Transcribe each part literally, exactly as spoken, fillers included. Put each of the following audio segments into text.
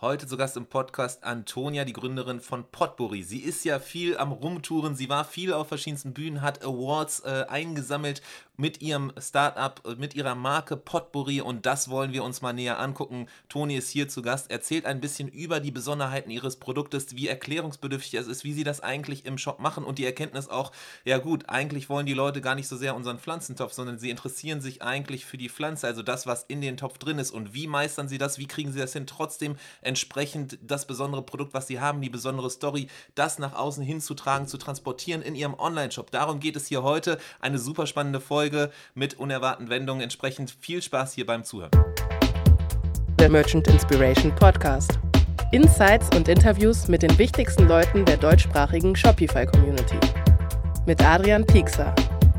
Heute zu Gast im Podcast Antonia, die Gründerin von Potpourri. Sie ist ja viel am Rumtouren, sie war viel auf verschiedensten Bühnen, hat Awards äh, eingesammelt mit ihrem Startup, mit ihrer Marke Potpourri und das wollen wir uns mal näher angucken. Toni ist hier zu Gast, erzählt ein bisschen über die Besonderheiten ihres Produktes, wie erklärungsbedürftig es ist, wie sie das eigentlich im Shop machen und die Erkenntnis auch, ja gut, eigentlich wollen die Leute gar nicht so sehr unseren Pflanzentopf, sondern sie interessieren sich eigentlich für die Pflanze, also das, was in den Topf drin ist und wie meistern sie das, wie kriegen sie das hin, trotzdem entsprechend das besondere Produkt, was sie haben, die besondere Story, das nach außen hinzutragen, zu transportieren in ihrem Online-Shop. Darum geht es hier heute. Eine super spannende Folge mit unerwarteten Wendungen. Entsprechend viel Spaß hier beim Zuhören. Der Merchant Inspiration Podcast. Insights und Interviews mit den wichtigsten Leuten der deutschsprachigen Shopify-Community. Mit Adrian Piekser.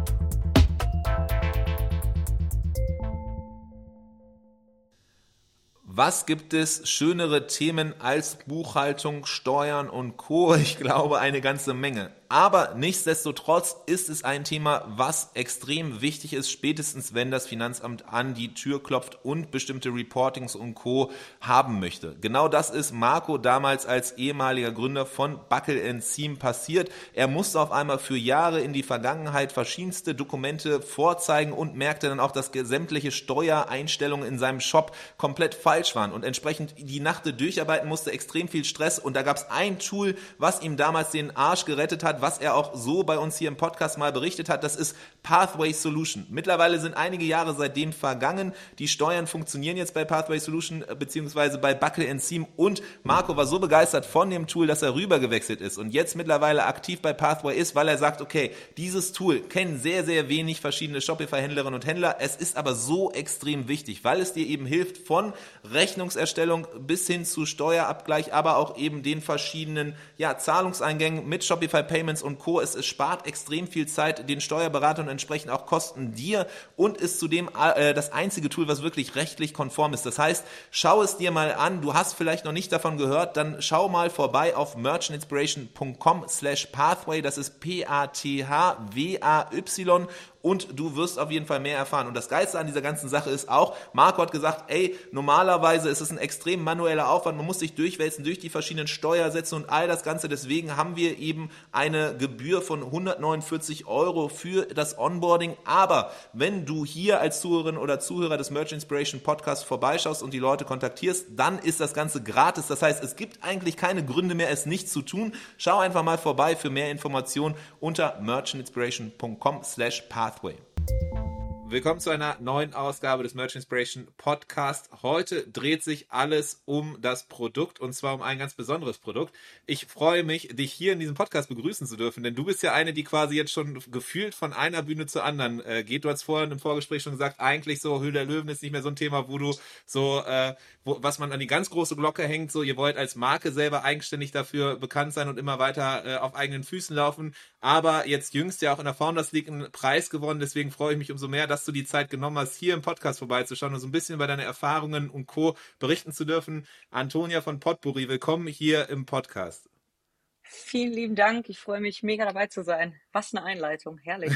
Was gibt es schönere Themen als Buchhaltung, Steuern und Co.? Ich glaube, eine ganze Menge. Aber nichtsdestotrotz ist es ein Thema, was extrem wichtig ist, spätestens wenn das Finanzamt an die Tür klopft und bestimmte Reportings und Co. haben möchte. Genau das ist Marco damals als ehemaliger Gründer von Buckle and Seam passiert. Er musste auf einmal für Jahre in die Vergangenheit verschiedenste Dokumente vorzeigen und merkte dann auch, dass sämtliche Steuereinstellungen in seinem Shop komplett falsch waren und entsprechend die Nacht durcharbeiten musste, extrem viel Stress und da gab es ein Tool, was ihm damals den Arsch gerettet hat, was er auch so bei uns hier im Podcast mal berichtet hat, das ist Pathway Solution. Mittlerweile sind einige Jahre seitdem vergangen, die Steuern funktionieren jetzt bei Pathway Solution beziehungsweise bei Buckle and Seam und Marco war so begeistert von dem Tool, dass er rüber gewechselt ist und jetzt mittlerweile aktiv bei Pathway ist, weil er sagt, okay, dieses Tool kennen sehr, sehr wenig verschiedene Shopify-Händlerinnen und Händler, es ist aber so extrem wichtig, weil es dir eben hilft von Rechnungserstellung bis hin zu Steuerabgleich, aber auch eben den verschiedenen ja, Zahlungseingängen mit Shopify Payments und Co. Es, es spart extrem viel Zeit den Steuerberatern und entsprechend auch Kosten dir und ist zudem äh, das einzige Tool, was wirklich rechtlich konform ist. Das heißt, schau es dir mal an, du hast vielleicht noch nicht davon gehört, dann schau mal vorbei auf merchantinspiration punkt com slash pathway, das ist P A T H W A Y und du wirst auf jeden Fall mehr erfahren. Und das Geilste an dieser ganzen Sache ist auch, Marco hat gesagt, ey, normalerweise ist es ein extrem manueller Aufwand, man muss sich durchwälzen durch die verschiedenen Steuersätze und all das Ganze. Deswegen haben wir eben eine Gebühr von hundertneunundvierzig Euro für das Onboarding. Aber wenn du hier als Zuhörerin oder Zuhörer des Merchant Inspiration Podcasts vorbeischaust und die Leute kontaktierst, dann ist das Ganze gratis. Das heißt, es gibt eigentlich keine Gründe mehr, es nicht zu tun. Schau einfach mal vorbei für mehr Informationen unter merchantinspiration punkt com slash pathway. Willkommen zu einer neuen Ausgabe des Merchant Inspiration Podcast. Heute dreht sich alles um das Produkt und zwar um ein ganz besonderes Produkt. Ich freue mich, dich hier in diesem Podcast begrüßen zu dürfen, denn du bist ja eine, die quasi jetzt schon gefühlt von einer Bühne zur anderen äh, geht. Du hast vorhin im Vorgespräch schon gesagt, eigentlich so Höhle der Löwen ist nicht mehr so ein Thema, wo du so, äh, wo, was man an die ganz große Glocke hängt, so ihr wollt als Marke selber eigenständig dafür bekannt sein und immer weiter äh, auf eigenen Füßen laufen. Aber jetzt jüngst ja auch in der Founders League einen Preis gewonnen, deswegen freue ich mich umso mehr, dass du die Zeit genommen hast, hier im Podcast vorbeizuschauen und so ein bisschen über deine Erfahrungen und Co. berichten zu dürfen. Antonia von Potpourri, willkommen hier im Podcast. Vielen lieben Dank, ich freue mich mega dabei zu sein. Was eine Einleitung, herrlich.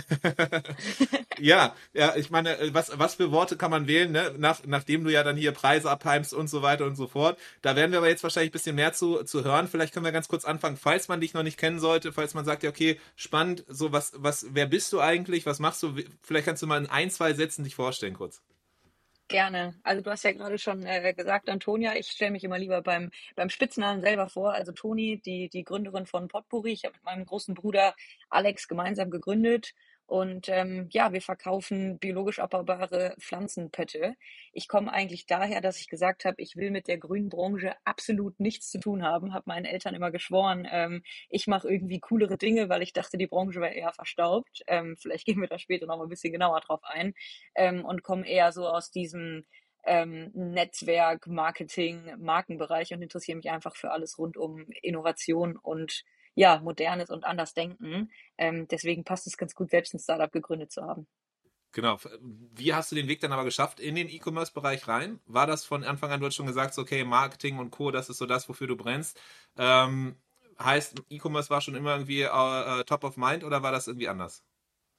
ja, ja, ich meine, was, was für Worte kann man wählen, ne? Nach, nachdem du ja dann hier Preise abheimst und so weiter und so fort. Da werden wir aber jetzt wahrscheinlich ein bisschen mehr zu, zu hören. Vielleicht können wir ganz kurz anfangen, falls man dich noch nicht kennen sollte, falls man sagt, ja, okay, spannend, so was, was, wer bist du eigentlich, was machst du? Vielleicht kannst du mal in ein, zwei Sätzen dich vorstellen kurz. Gerne. Also du hast ja gerade schon äh, gesagt, Antonia, ich stelle mich immer lieber beim beim Spitznamen selber vor. Also Toni, die die Gründerin von Potpourri. Ich habe mit meinem großen Bruder Alex gemeinsam gegründet und ähm, ja, wir verkaufen biologisch abbaubare Pflanzenpötte. Ich komme eigentlich daher, dass ich gesagt habe, ich will mit der grünen Branche absolut nichts zu tun haben. Habe meinen Eltern immer geschworen, ähm, ich mache irgendwie coolere Dinge, weil ich dachte, die Branche wäre eher verstaubt. Ähm, vielleicht gehen wir da später noch mal ein bisschen genauer drauf ein. Ähm, und komme eher so aus diesem ähm, Netzwerk, Marketing, Markenbereich und interessiere mich einfach für alles rund um Innovation und ja, modernes und anders denken. Ähm, deswegen passt es ganz gut, selbst ein Startup gegründet zu haben. Genau. Wie hast du den Weg dann aber geschafft in den E-Commerce-Bereich rein? War das von Anfang an, du hast schon gesagt, so, okay, Marketing und Co., das ist so das, wofür du brennst. Ähm, heißt, E-Commerce war schon immer irgendwie äh, top of mind oder war das irgendwie anders?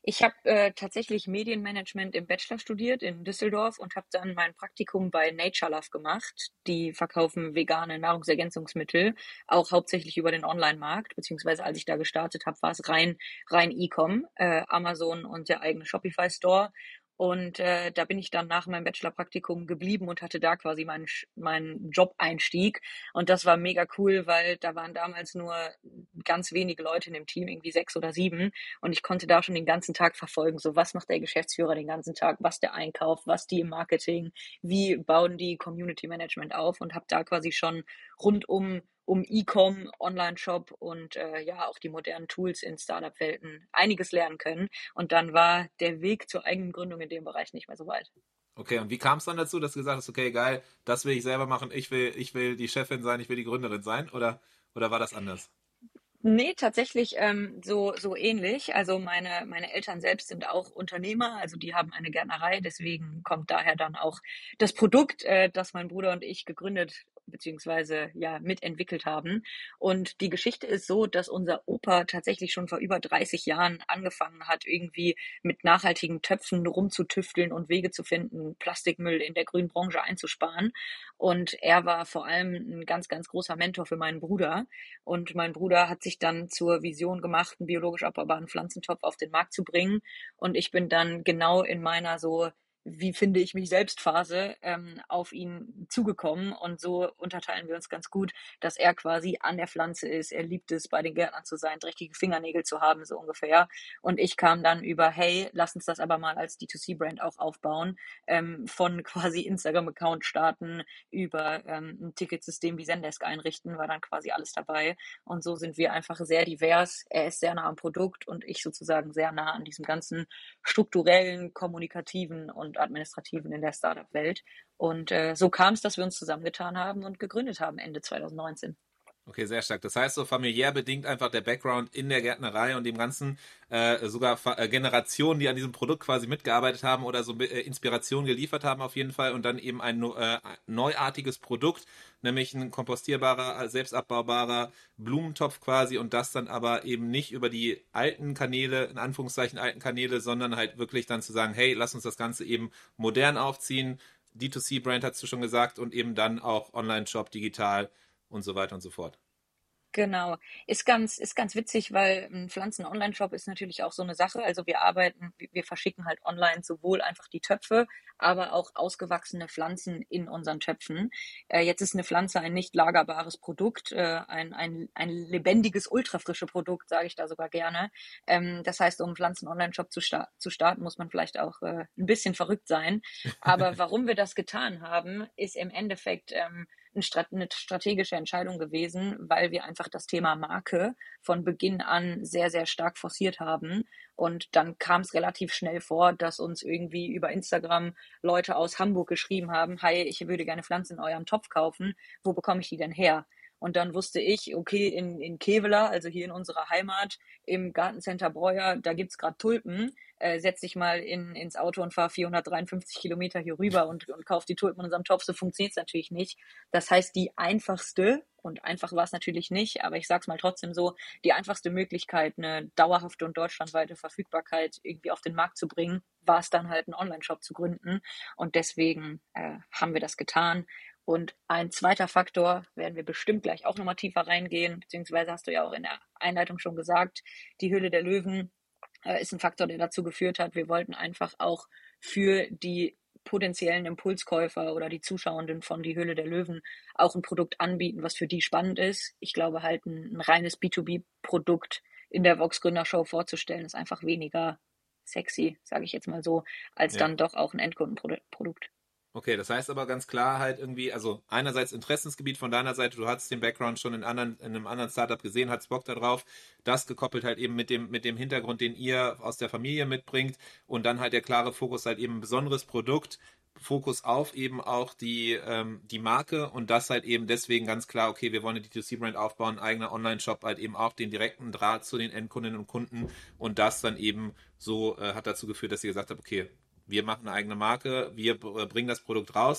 Ich habe äh, tatsächlich Medienmanagement im Bachelor studiert in Düsseldorf und habe dann mein Praktikum bei Naturelove gemacht. Die verkaufen vegane Nahrungsergänzungsmittel, auch hauptsächlich über den Online-Markt, beziehungsweise als ich da gestartet habe, war es rein rein E-Com, äh, Amazon und der eigene Shopify-Store. Und äh, da bin ich dann nach meinem Bachelor-Praktikum geblieben und hatte da quasi meinen Sch- meinen Job-Einstieg. Und das war mega cool, weil da waren damals nur ganz wenige Leute in dem Team, irgendwie sechs oder sieben. Und ich konnte da schon den ganzen Tag verfolgen, so was macht der Geschäftsführer den ganzen Tag, was der Einkauf, was die im Marketing, wie bauen die Community Management auf, und habe da quasi schon rund um um E-Com, Online-Shop und äh, ja auch die modernen Tools in Startup-Welten einiges lernen können. Und dann war der Weg zur eigenen Gründung in dem Bereich nicht mehr so weit. Okay, und wie kam es dann dazu, dass du gesagt hast, okay, geil, das will ich selber machen, ich will, ich will die Chefin sein, ich will die Gründerin sein, oder, oder war das anders? Nee, tatsächlich ähm, so so ähnlich. Also meine meine Eltern selbst sind auch Unternehmer, also die haben eine Gärtnerei, deswegen kommt daher dann auch das Produkt, äh, das mein Bruder und ich gegründet beziehungsweise ja mitentwickelt haben. Und die Geschichte ist so, dass unser Opa tatsächlich schon vor über dreißig Jahren angefangen hat, irgendwie mit nachhaltigen Töpfen rumzutüfteln und Wege zu finden, Plastikmüll in der grünen Branche einzusparen. Und er war vor allem ein ganz, ganz großer Mentor für meinen Bruder. Und mein Bruder hat sich dann zur Vision gemacht, einen biologisch abbaubaren Pflanzentopf auf den Markt zu bringen. Und ich bin dann genau in meiner so, wie finde ich mich selbst Phase ähm, auf ihn zugekommen. Und so unterteilen wir uns ganz gut, dass er quasi an der Pflanze ist. Er liebt es, bei den Gärtnern zu sein, dreckige Fingernägel zu haben, so ungefähr. Und ich kam dann über, hey, lass uns das aber mal als D zwei C-Brand auch aufbauen, ähm, von quasi Instagram-Account starten, über ähm, ein Ticketsystem wie Zendesk einrichten, war dann quasi alles dabei. Und so sind wir einfach sehr divers. Er ist sehr nah am Produkt und ich sozusagen sehr nah an diesem ganzen strukturellen, kommunikativen und administrativen in der Startup-Welt. Und äh, so kam es, dass wir uns zusammengetan haben und gegründet haben Ende zwanzig neunzehn. Okay, sehr stark. Das heißt, so familiär bedingt einfach der Background in der Gärtnerei und dem ganzen, äh, sogar Fa- äh, Generationen, die an diesem Produkt quasi mitgearbeitet haben oder so äh, Inspiration geliefert haben auf jeden Fall und dann eben ein no- äh, neuartiges Produkt, nämlich ein kompostierbarer, äh, selbstabbaubarer Blumentopf quasi und das dann aber eben nicht über die alten Kanäle, in Anführungszeichen alten Kanäle, sondern halt wirklich dann zu sagen, hey, lass uns das Ganze eben modern aufziehen. D zwei C-Brand hast du schon gesagt und eben dann auch Online-Shop, digital und so weiter und so fort. Genau. Ist ganz, ist ganz witzig, weil ein Pflanzen-Online-Shop ist natürlich auch so eine Sache. Also wir arbeiten, wir wir verschicken halt online sowohl einfach die Töpfe, aber auch ausgewachsene Pflanzen in unseren Töpfen. Äh, jetzt ist eine Pflanze ein nicht lagerbares Produkt, äh, ein, ein, ein lebendiges, ultrafrische Produkt, sage ich da sogar gerne. Ähm, das heißt, um einen Pflanzen-Online-Shop zu, sta zu starten, muss man vielleicht auch äh, ein bisschen verrückt sein. Aber warum wir das getan haben, ist im Endeffekt ähm, eine strategische Entscheidung gewesen, weil wir einfach das Thema Marke von Beginn an sehr, sehr stark forciert haben. Und dann kam es relativ schnell vor, dass uns irgendwie über Instagram Leute aus Hamburg geschrieben haben, hi, ich würde gerne Pflanzen in eurem Topf kaufen. Wo bekomme ich die denn her? Und dann wusste ich, okay, in, in Kevela, also hier in unserer Heimat, im Gartencenter Breuer, da gibt's gerade Tulpen. Äh, setz dich mal in, ins Auto und fahr vierhundertdreiundfünfzig Kilometer hier rüber und, und kauf die Tulpen in unserem Topf. So funktioniert's natürlich nicht. Das heißt, die einfachste, und einfach war es natürlich nicht, aber ich sag's mal trotzdem so, die einfachste Möglichkeit, eine dauerhafte und deutschlandweite Verfügbarkeit irgendwie auf den Markt zu bringen, war es dann halt, einen Online-Shop zu gründen. Und deswegen äh, haben wir das getan. Und ein zweiter Faktor, werden wir bestimmt gleich auch nochmal tiefer reingehen, beziehungsweise hast du ja auch in der Einleitung schon gesagt, die Höhle der Löwen äh, ist ein Faktor, der dazu geführt hat, wir wollten einfach auch für die potenziellen Impulskäufer oder die Zuschauenden von die Höhle der Löwen auch ein Produkt anbieten, was für die spannend ist. Ich glaube halt, ein, ein reines B zwei B-Produkt in der Vox Gründer Show vorzustellen, ist einfach weniger sexy, sage ich jetzt mal so, als Ja. dann doch auch ein Endkundenprodukt. Okay, das heißt aber ganz klar halt irgendwie, also einerseits Interessensgebiet von deiner Seite, du hattest den Background schon in, anderen, in einem anderen Startup gesehen, hattest Bock darauf, das gekoppelt halt eben mit dem, mit dem Hintergrund, den ihr aus der Familie mitbringt und dann halt der klare Fokus halt eben ein besonderes Produkt, Fokus auf eben auch die, ähm, die Marke und das halt eben deswegen ganz klar, okay, wir wollen eine D zwei C-Brand aufbauen, eigener Online-Shop, halt eben auch den direkten Draht zu den Endkundinnen und Kunden und das dann eben so äh, hat dazu geführt, dass ihr gesagt habt, okay, wir machen eine eigene Marke, wir bringen das Produkt raus.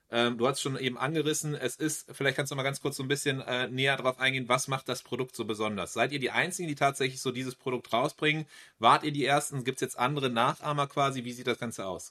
Ähm, du hast es schon eben angerissen. Es ist, vielleicht kannst du mal ganz kurz so ein bisschen äh, näher drauf eingehen, was macht das Produkt so besonders? Seid ihr die Einzigen, die tatsächlich so dieses Produkt rausbringen? Wart ihr die Ersten? Gibt es jetzt andere Nachahmer quasi? Wie sieht das Ganze aus?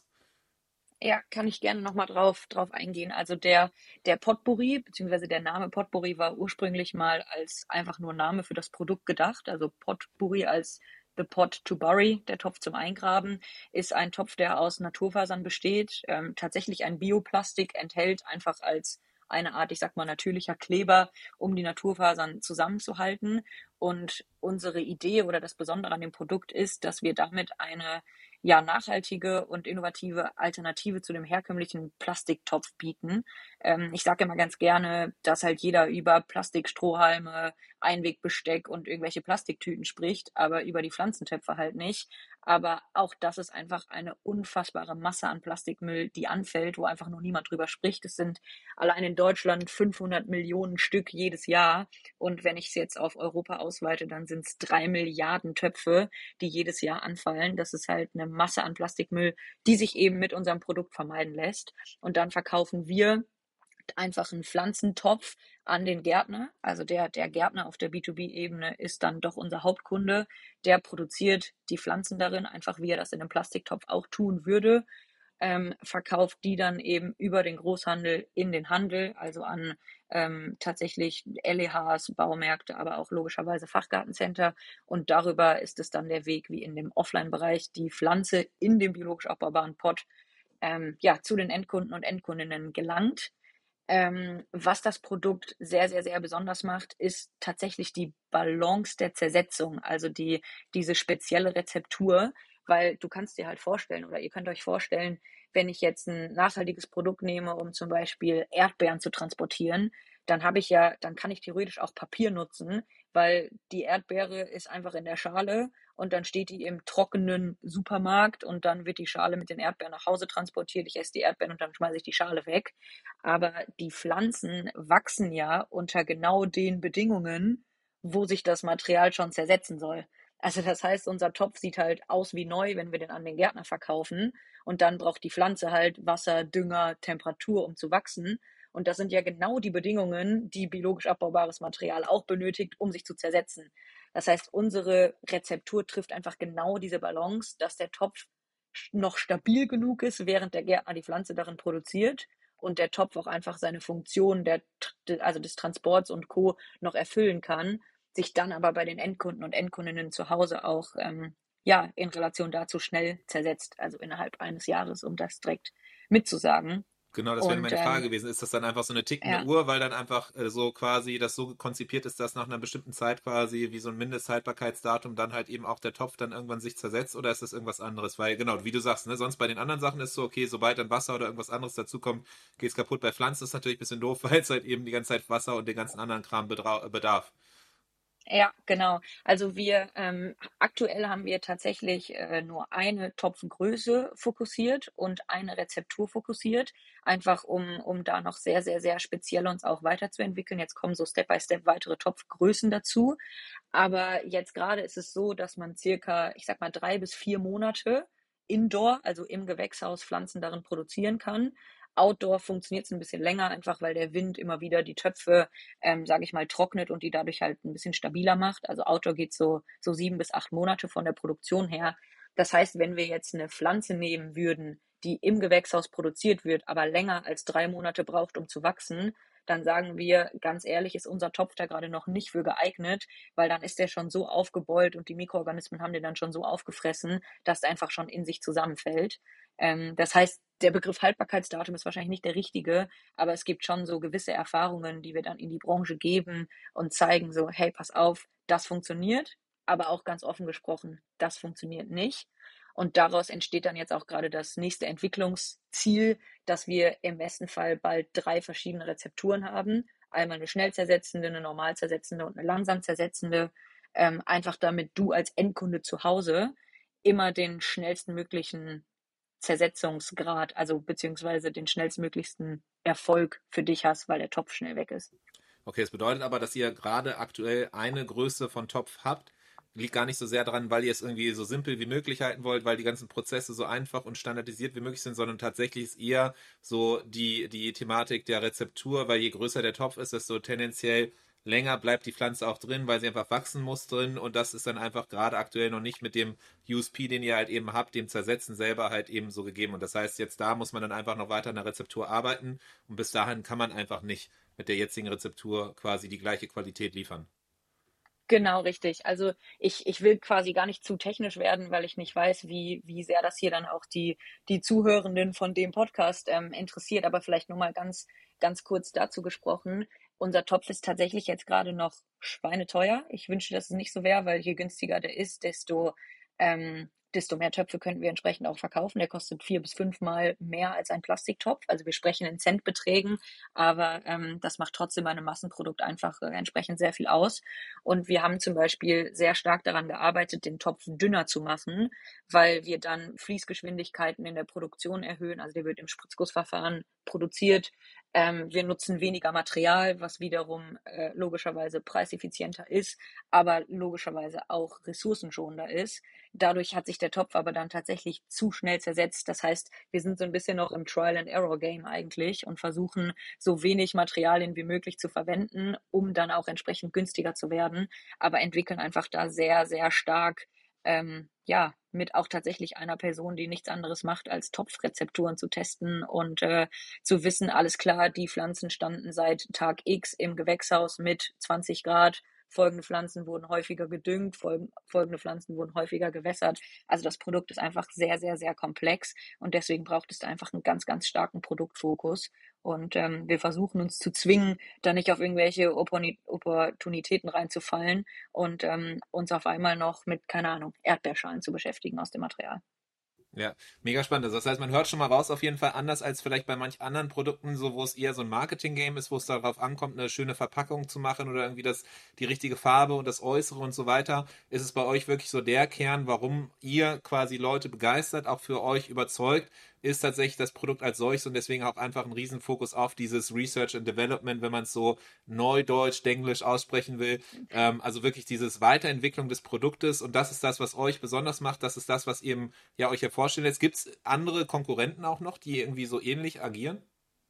Ja, kann ich gerne nochmal drauf, drauf eingehen. Also der, der Potpourri, beziehungsweise der Name Potpourri war ursprünglich mal als einfach nur Name für das Produkt gedacht. Also Potpourri als The Pot to Bury, der Topf zum Eingraben, ist ein Topf, der aus Naturfasern besteht, ähm, tatsächlich ein Bioplastik enthält, einfach als eine Art, ich sag mal, natürlicher Kleber, um die Naturfasern zusammenzuhalten. Und unsere Idee oder das Besondere an dem Produkt ist, dass wir damit eine ja, nachhaltige und innovative Alternative zu dem herkömmlichen Plastiktopf bieten. Ähm, ich sage immer ganz gerne, dass halt jeder über Plastikstrohhalme, Einwegbesteck und irgendwelche Plastiktüten spricht, aber über die Pflanzentöpfe halt nicht. Aber auch das ist einfach eine unfassbare Masse an Plastikmüll, die anfällt, wo einfach noch niemand drüber spricht. Es sind allein in Deutschland fünfhundert Millionen Stück jedes Jahr. Und wenn ich es jetzt auf Europa ausweite, dann sind es drei Milliarden Töpfe, die jedes Jahr anfallen. Das ist halt eine Masse an Plastikmüll, die sich eben mit unserem Produkt vermeiden lässt. Und dann verkaufen wir einfach einen Pflanzentopf an den Gärtner. Also der, der Gärtner auf der B zwei B-Ebene ist dann doch unser Hauptkunde. Der produziert die Pflanzen darin, einfach wie er das in einem Plastiktopf auch tun würde. Ähm, verkauft die dann eben über den Großhandel in den Handel, also an ähm, tatsächlich L E Hs, Baumärkte, aber auch logischerweise Fachgartencenter. Und darüber ist es dann der Weg, wie in dem Offline-Bereich die Pflanze in dem biologisch aufbaubaren Pot ähm, ja, zu den Endkunden und Endkundinnen gelangt. Ähm, was das Produkt sehr, sehr, sehr besonders macht, ist tatsächlich die Balance der Zersetzung, also die, diese spezielle Rezeptur, weil du kannst dir halt vorstellen oder ihr könnt euch vorstellen, wenn ich jetzt ein nachhaltiges Produkt nehme, um zum Beispiel Erdbeeren zu transportieren, dann habe ich ja, dann kann ich theoretisch auch Papier nutzen, weil die Erdbeere ist einfach in der Schale und dann steht die im trockenen Supermarkt und dann wird die Schale mit den Erdbeeren nach Hause transportiert. Ich esse die Erdbeeren und dann schmeiße ich die Schale weg. Aber die Pflanzen wachsen ja unter genau den Bedingungen, wo sich das Material schon zersetzen soll. Also das heißt, unser Topf sieht halt aus wie neu, wenn wir den an den Gärtner verkaufen. Und dann braucht die Pflanze halt Wasser, Dünger, Temperatur, um zu wachsen. Und das sind ja genau die Bedingungen, die biologisch abbaubares Material auch benötigt, um sich zu zersetzen. Das heißt, unsere Rezeptur trifft einfach genau diese Balance, dass der Topf noch stabil genug ist, während der Gärtner die Pflanze darin produziert und der Topf auch einfach seine Funktion der, also des Transports und Co. noch erfüllen kann, sich dann aber bei den Endkunden und Endkundinnen zu Hause auch ähm, ja, in Relation dazu schnell zersetzt, also innerhalb eines Jahres, um das direkt mitzusagen. Genau, das wäre Und meine Frage ähm, gewesen. Ist das dann einfach so eine tickende ja, Uhr, weil dann einfach äh, so quasi das so konzipiert ist, dass nach einer bestimmten Zeit quasi wie so ein Mindesthaltbarkeitsdatum dann halt eben auch der Topf dann irgendwann sich zersetzt oder ist das irgendwas anderes? Weil genau, wie du sagst, ne, sonst bei den anderen Sachen ist so, okay, sobald dann Wasser oder irgendwas anderes dazukommt, geht es kaputt. Bei Pflanzen ist es natürlich ein bisschen doof, weil es halt eben die ganze Zeit Wasser und den ganzen anderen Kram bedra- bedarf. ja, genau. Also wir ähm, aktuell haben wir tatsächlich äh, nur eine Topfgröße fokussiert und eine Rezeptur fokussiert, einfach um, um da noch sehr, sehr, sehr speziell uns auch weiterzuentwickeln. Jetzt kommen so Step by Step weitere Topfgrößen dazu. Aber jetzt gerade ist es so, dass man circa, ich sag mal, drei bis vier Monate indoor, also im Gewächshaus, Pflanzen darin produzieren kann. Outdoor funktioniert es ein bisschen länger, einfach weil der Wind immer wieder die Töpfe, ähm, sage ich mal, trocknet und die dadurch halt ein bisschen stabiler macht. Also Outdoor geht so, so sieben bis acht Monate von der Produktion her. Das heißt, wenn wir jetzt eine Pflanze nehmen würden, die im Gewächshaus produziert wird, aber länger als drei Monate braucht, um zu wachsen, dann sagen wir ganz ehrlich, ist unser Topf da gerade noch nicht für geeignet, weil dann ist der schon so aufgebeult und die Mikroorganismen haben den dann schon so aufgefressen, dass er einfach schon in sich zusammenfällt. Ähm, das heißt, der Begriff Haltbarkeitsdatum ist wahrscheinlich nicht der richtige, aber es gibt schon so gewisse Erfahrungen, die wir dann in die Branche geben und zeigen so, hey, pass auf, das funktioniert, aber auch ganz offen gesprochen, das funktioniert nicht. Und daraus entsteht dann jetzt auch gerade das nächste Entwicklungsziel, dass wir im besten Fall bald drei verschiedene Rezepturen haben. Einmal eine schnell zersetzende, eine normal zersetzende und eine langsam zersetzende. Ähm, einfach damit du als Endkunde zu Hause immer den schnellsten möglichen Zersetzungsgrad, also beziehungsweise den schnellstmöglichsten Erfolg für dich hast, weil der Topf schnell weg ist. Okay, das bedeutet aber, dass ihr gerade aktuell eine Größe von Topf habt. liegt gar nicht so sehr daran, weil ihr es irgendwie so simpel wie möglich halten wollt, weil die ganzen Prozesse so einfach und standardisiert wie möglich sind, sondern tatsächlich ist eher so die, die Thematik der Rezeptur, weil je größer der Topf ist, desto tendenziell länger bleibt die Pflanze auch drin, weil sie einfach wachsen muss drin und das ist dann einfach gerade aktuell noch nicht mit dem U S P, den ihr halt eben habt, dem Zersetzen selber halt eben so gegeben. Und das heißt, jetzt da muss man dann einfach noch weiter an der Rezeptur arbeiten und bis dahin kann man einfach nicht mit der jetzigen Rezeptur quasi die gleiche Qualität liefern. Genau, richtig. Also ich, ich will quasi gar nicht zu technisch werden, weil ich nicht weiß, wie, wie sehr das hier dann auch die, die Zuhörenden von dem Podcast ähm, interessiert. Aber vielleicht nur mal ganz, ganz kurz dazu gesprochen. Unser Topf ist tatsächlich jetzt gerade noch schweineteuer. Ich wünsche, dass es nicht so wäre, weil je günstiger der ist, desto, ähm, desto mehr Töpfe könnten wir entsprechend auch verkaufen. Der kostet vier bis fünfmal mehr als ein Plastiktopf. Also wir sprechen in Centbeträgen, aber ähm, das macht trotzdem bei einem Massenprodukt einfach äh, entsprechend sehr viel aus. Und wir haben zum Beispiel sehr stark daran gearbeitet, den Topf dünner zu machen, weil wir dann Fließgeschwindigkeiten in der Produktion erhöhen. Also der wird im Spritzgussverfahren produziert. Ähm, wir nutzen weniger Material, was wiederum äh, logischerweise preiseffizienter ist, aber logischerweise auch ressourcenschonender ist. Dadurch hat sich der Topf aber dann tatsächlich zu schnell zersetzt. Das heißt, wir sind so ein bisschen noch im Trial-and-Error-Game eigentlich und versuchen, so wenig Materialien wie möglich zu verwenden, um dann auch entsprechend günstiger zu werden, aber entwickeln einfach da sehr, sehr stark, ähm, ja, mit auch tatsächlich einer Person, die nichts anderes macht, als Topfrezepturen zu testen und äh, zu wissen, alles klar, die Pflanzen standen seit Tag X im Gewächshaus mit zwanzig Grad. Folgende Pflanzen wurden häufiger gedüngt, folgende Pflanzen wurden häufiger gewässert. Also das Produkt ist einfach sehr, sehr, sehr komplex und deswegen braucht es einfach einen ganz, ganz starken Produktfokus. Und ähm, wir versuchen uns zu zwingen, da nicht auf irgendwelche Opportunitäten reinzufallen und ähm, uns auf einmal noch mit, keine Ahnung, Erdbeerschalen zu beschäftigen aus dem Material. Ja, mega spannend. Also das heißt, man hört schon mal raus, auf jeden Fall anders als vielleicht bei manch anderen Produkten, so wo es eher so ein Marketing-Game ist, wo es darauf ankommt, eine schöne Verpackung zu machen oder irgendwie das, die richtige Farbe und das Äußere und so weiter. Ist es bei euch wirklich so der Kern, warum ihr quasi Leute begeistert, auch für euch überzeugt, ist tatsächlich das Produkt als solches und deswegen auch einfach ein Riesenfokus auf dieses Research and Development, wenn man es so neudeutsch, denglisch aussprechen will. Ähm, also wirklich dieses Weiterentwicklung des Produktes und das ist das, was euch besonders macht. Das ist das, was eben ja euch hervorstellt. Jetzt gibt es andere Konkurrenten auch noch, die irgendwie so ähnlich agieren?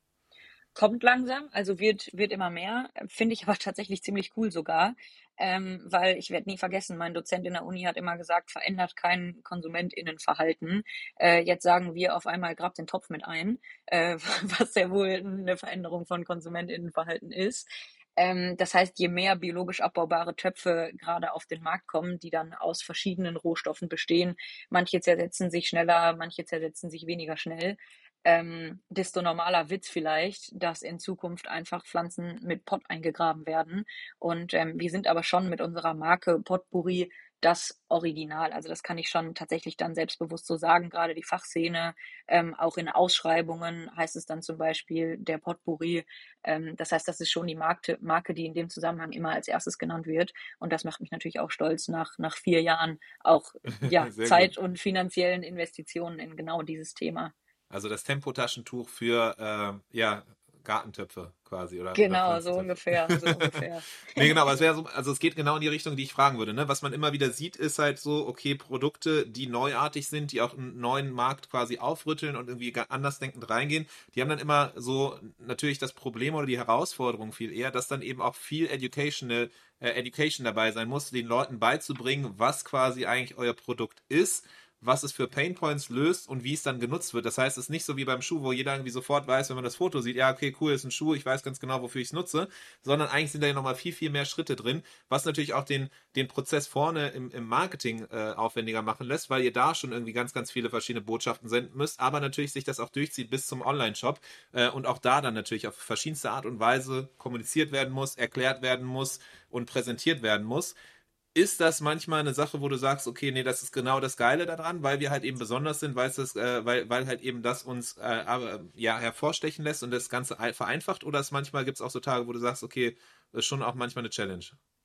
Kommt langsam, also wird, wird immer mehr, finde ich aber tatsächlich ziemlich cool sogar, ähm, weil ich werde nie vergessen, mein Dozent in der Uni hat immer gesagt, verändert kein KonsumentInnenverhalten. Äh, jetzt sagen wir auf einmal, grabt den Topf mit ein, äh, was ja wohl eine Veränderung von KonsumentInnenverhalten ist. Ähm, das heißt, je mehr biologisch abbaubare Töpfe gerade auf den Markt kommen, die dann aus verschiedenen Rohstoffen bestehen, manche zersetzen sich schneller, manche zersetzen sich weniger schnell, ähm, desto normaler wird's vielleicht, dass in Zukunft einfach Pflanzen mit Pott eingegraben werden. Und ähm, wir sind aber schon mit unserer Marke Potpourri das Original. Also das kann ich schon tatsächlich dann selbstbewusst so sagen. Gerade die Fachszene, ähm, auch in Ausschreibungen heißt es dann zum Beispiel der Potpourri. Ähm, das heißt, das ist schon die Marke, Marke, die in dem Zusammenhang immer als erstes genannt wird. Und das macht mich natürlich auch stolz, nach, nach vier Jahren auch ja, Sehr gut. Zeit und finanziellen Investitionen in genau dieses Thema. Also das Tempotaschentuch für äh, ja, Gartentöpfe quasi oder, oder Genau, so Pflanzentöpfe. ungefähr, so ungefähr. Nee, genau, aber es wäre so, also es geht genau in die Richtung, die ich fragen würde, ne? Was man immer wieder sieht, ist halt so, okay, Produkte, die neuartig sind, die auch einen neuen Markt quasi aufrütteln und irgendwie ga- andersdenkend reingehen, die haben dann immer so natürlich das Problem oder die Herausforderung viel eher, dass dann eben auch viel educational, äh, Education dabei sein muss, den Leuten beizubringen, was quasi eigentlich euer Produkt ist, was es für Painpoints löst und wie es dann genutzt wird. Das heißt, es ist nicht so wie beim Schuh, wo jeder irgendwie sofort weiß, wenn man das Foto sieht, ja, okay, cool, ist ein Schuh, ich weiß ganz genau, wofür ich es nutze, sondern eigentlich sind da ja nochmal viel, viel mehr Schritte drin, was natürlich auch den, den Prozess vorne im, im Marketing äh, aufwendiger machen lässt, weil ihr da schon irgendwie ganz, ganz viele verschiedene Botschaften senden müsst, aber natürlich sich das auch durchzieht bis zum Online-Shop äh, und auch da dann natürlich auf verschiedenste Art und Weise kommuniziert werden muss, erklärt werden muss und präsentiert werden muss. Ist das manchmal eine Sache, wo du sagst, okay, nee, das ist genau das Geile daran, weil wir halt eben besonders sind, weil es das, äh, weil, weil halt eben das uns äh, aber, ja, hervorstechen lässt und das Ganze ein- vereinfacht? Oder ist manchmal gibt es auch so Tage, wo du sagst, okay, das ist schon auch manchmal eine Challenge?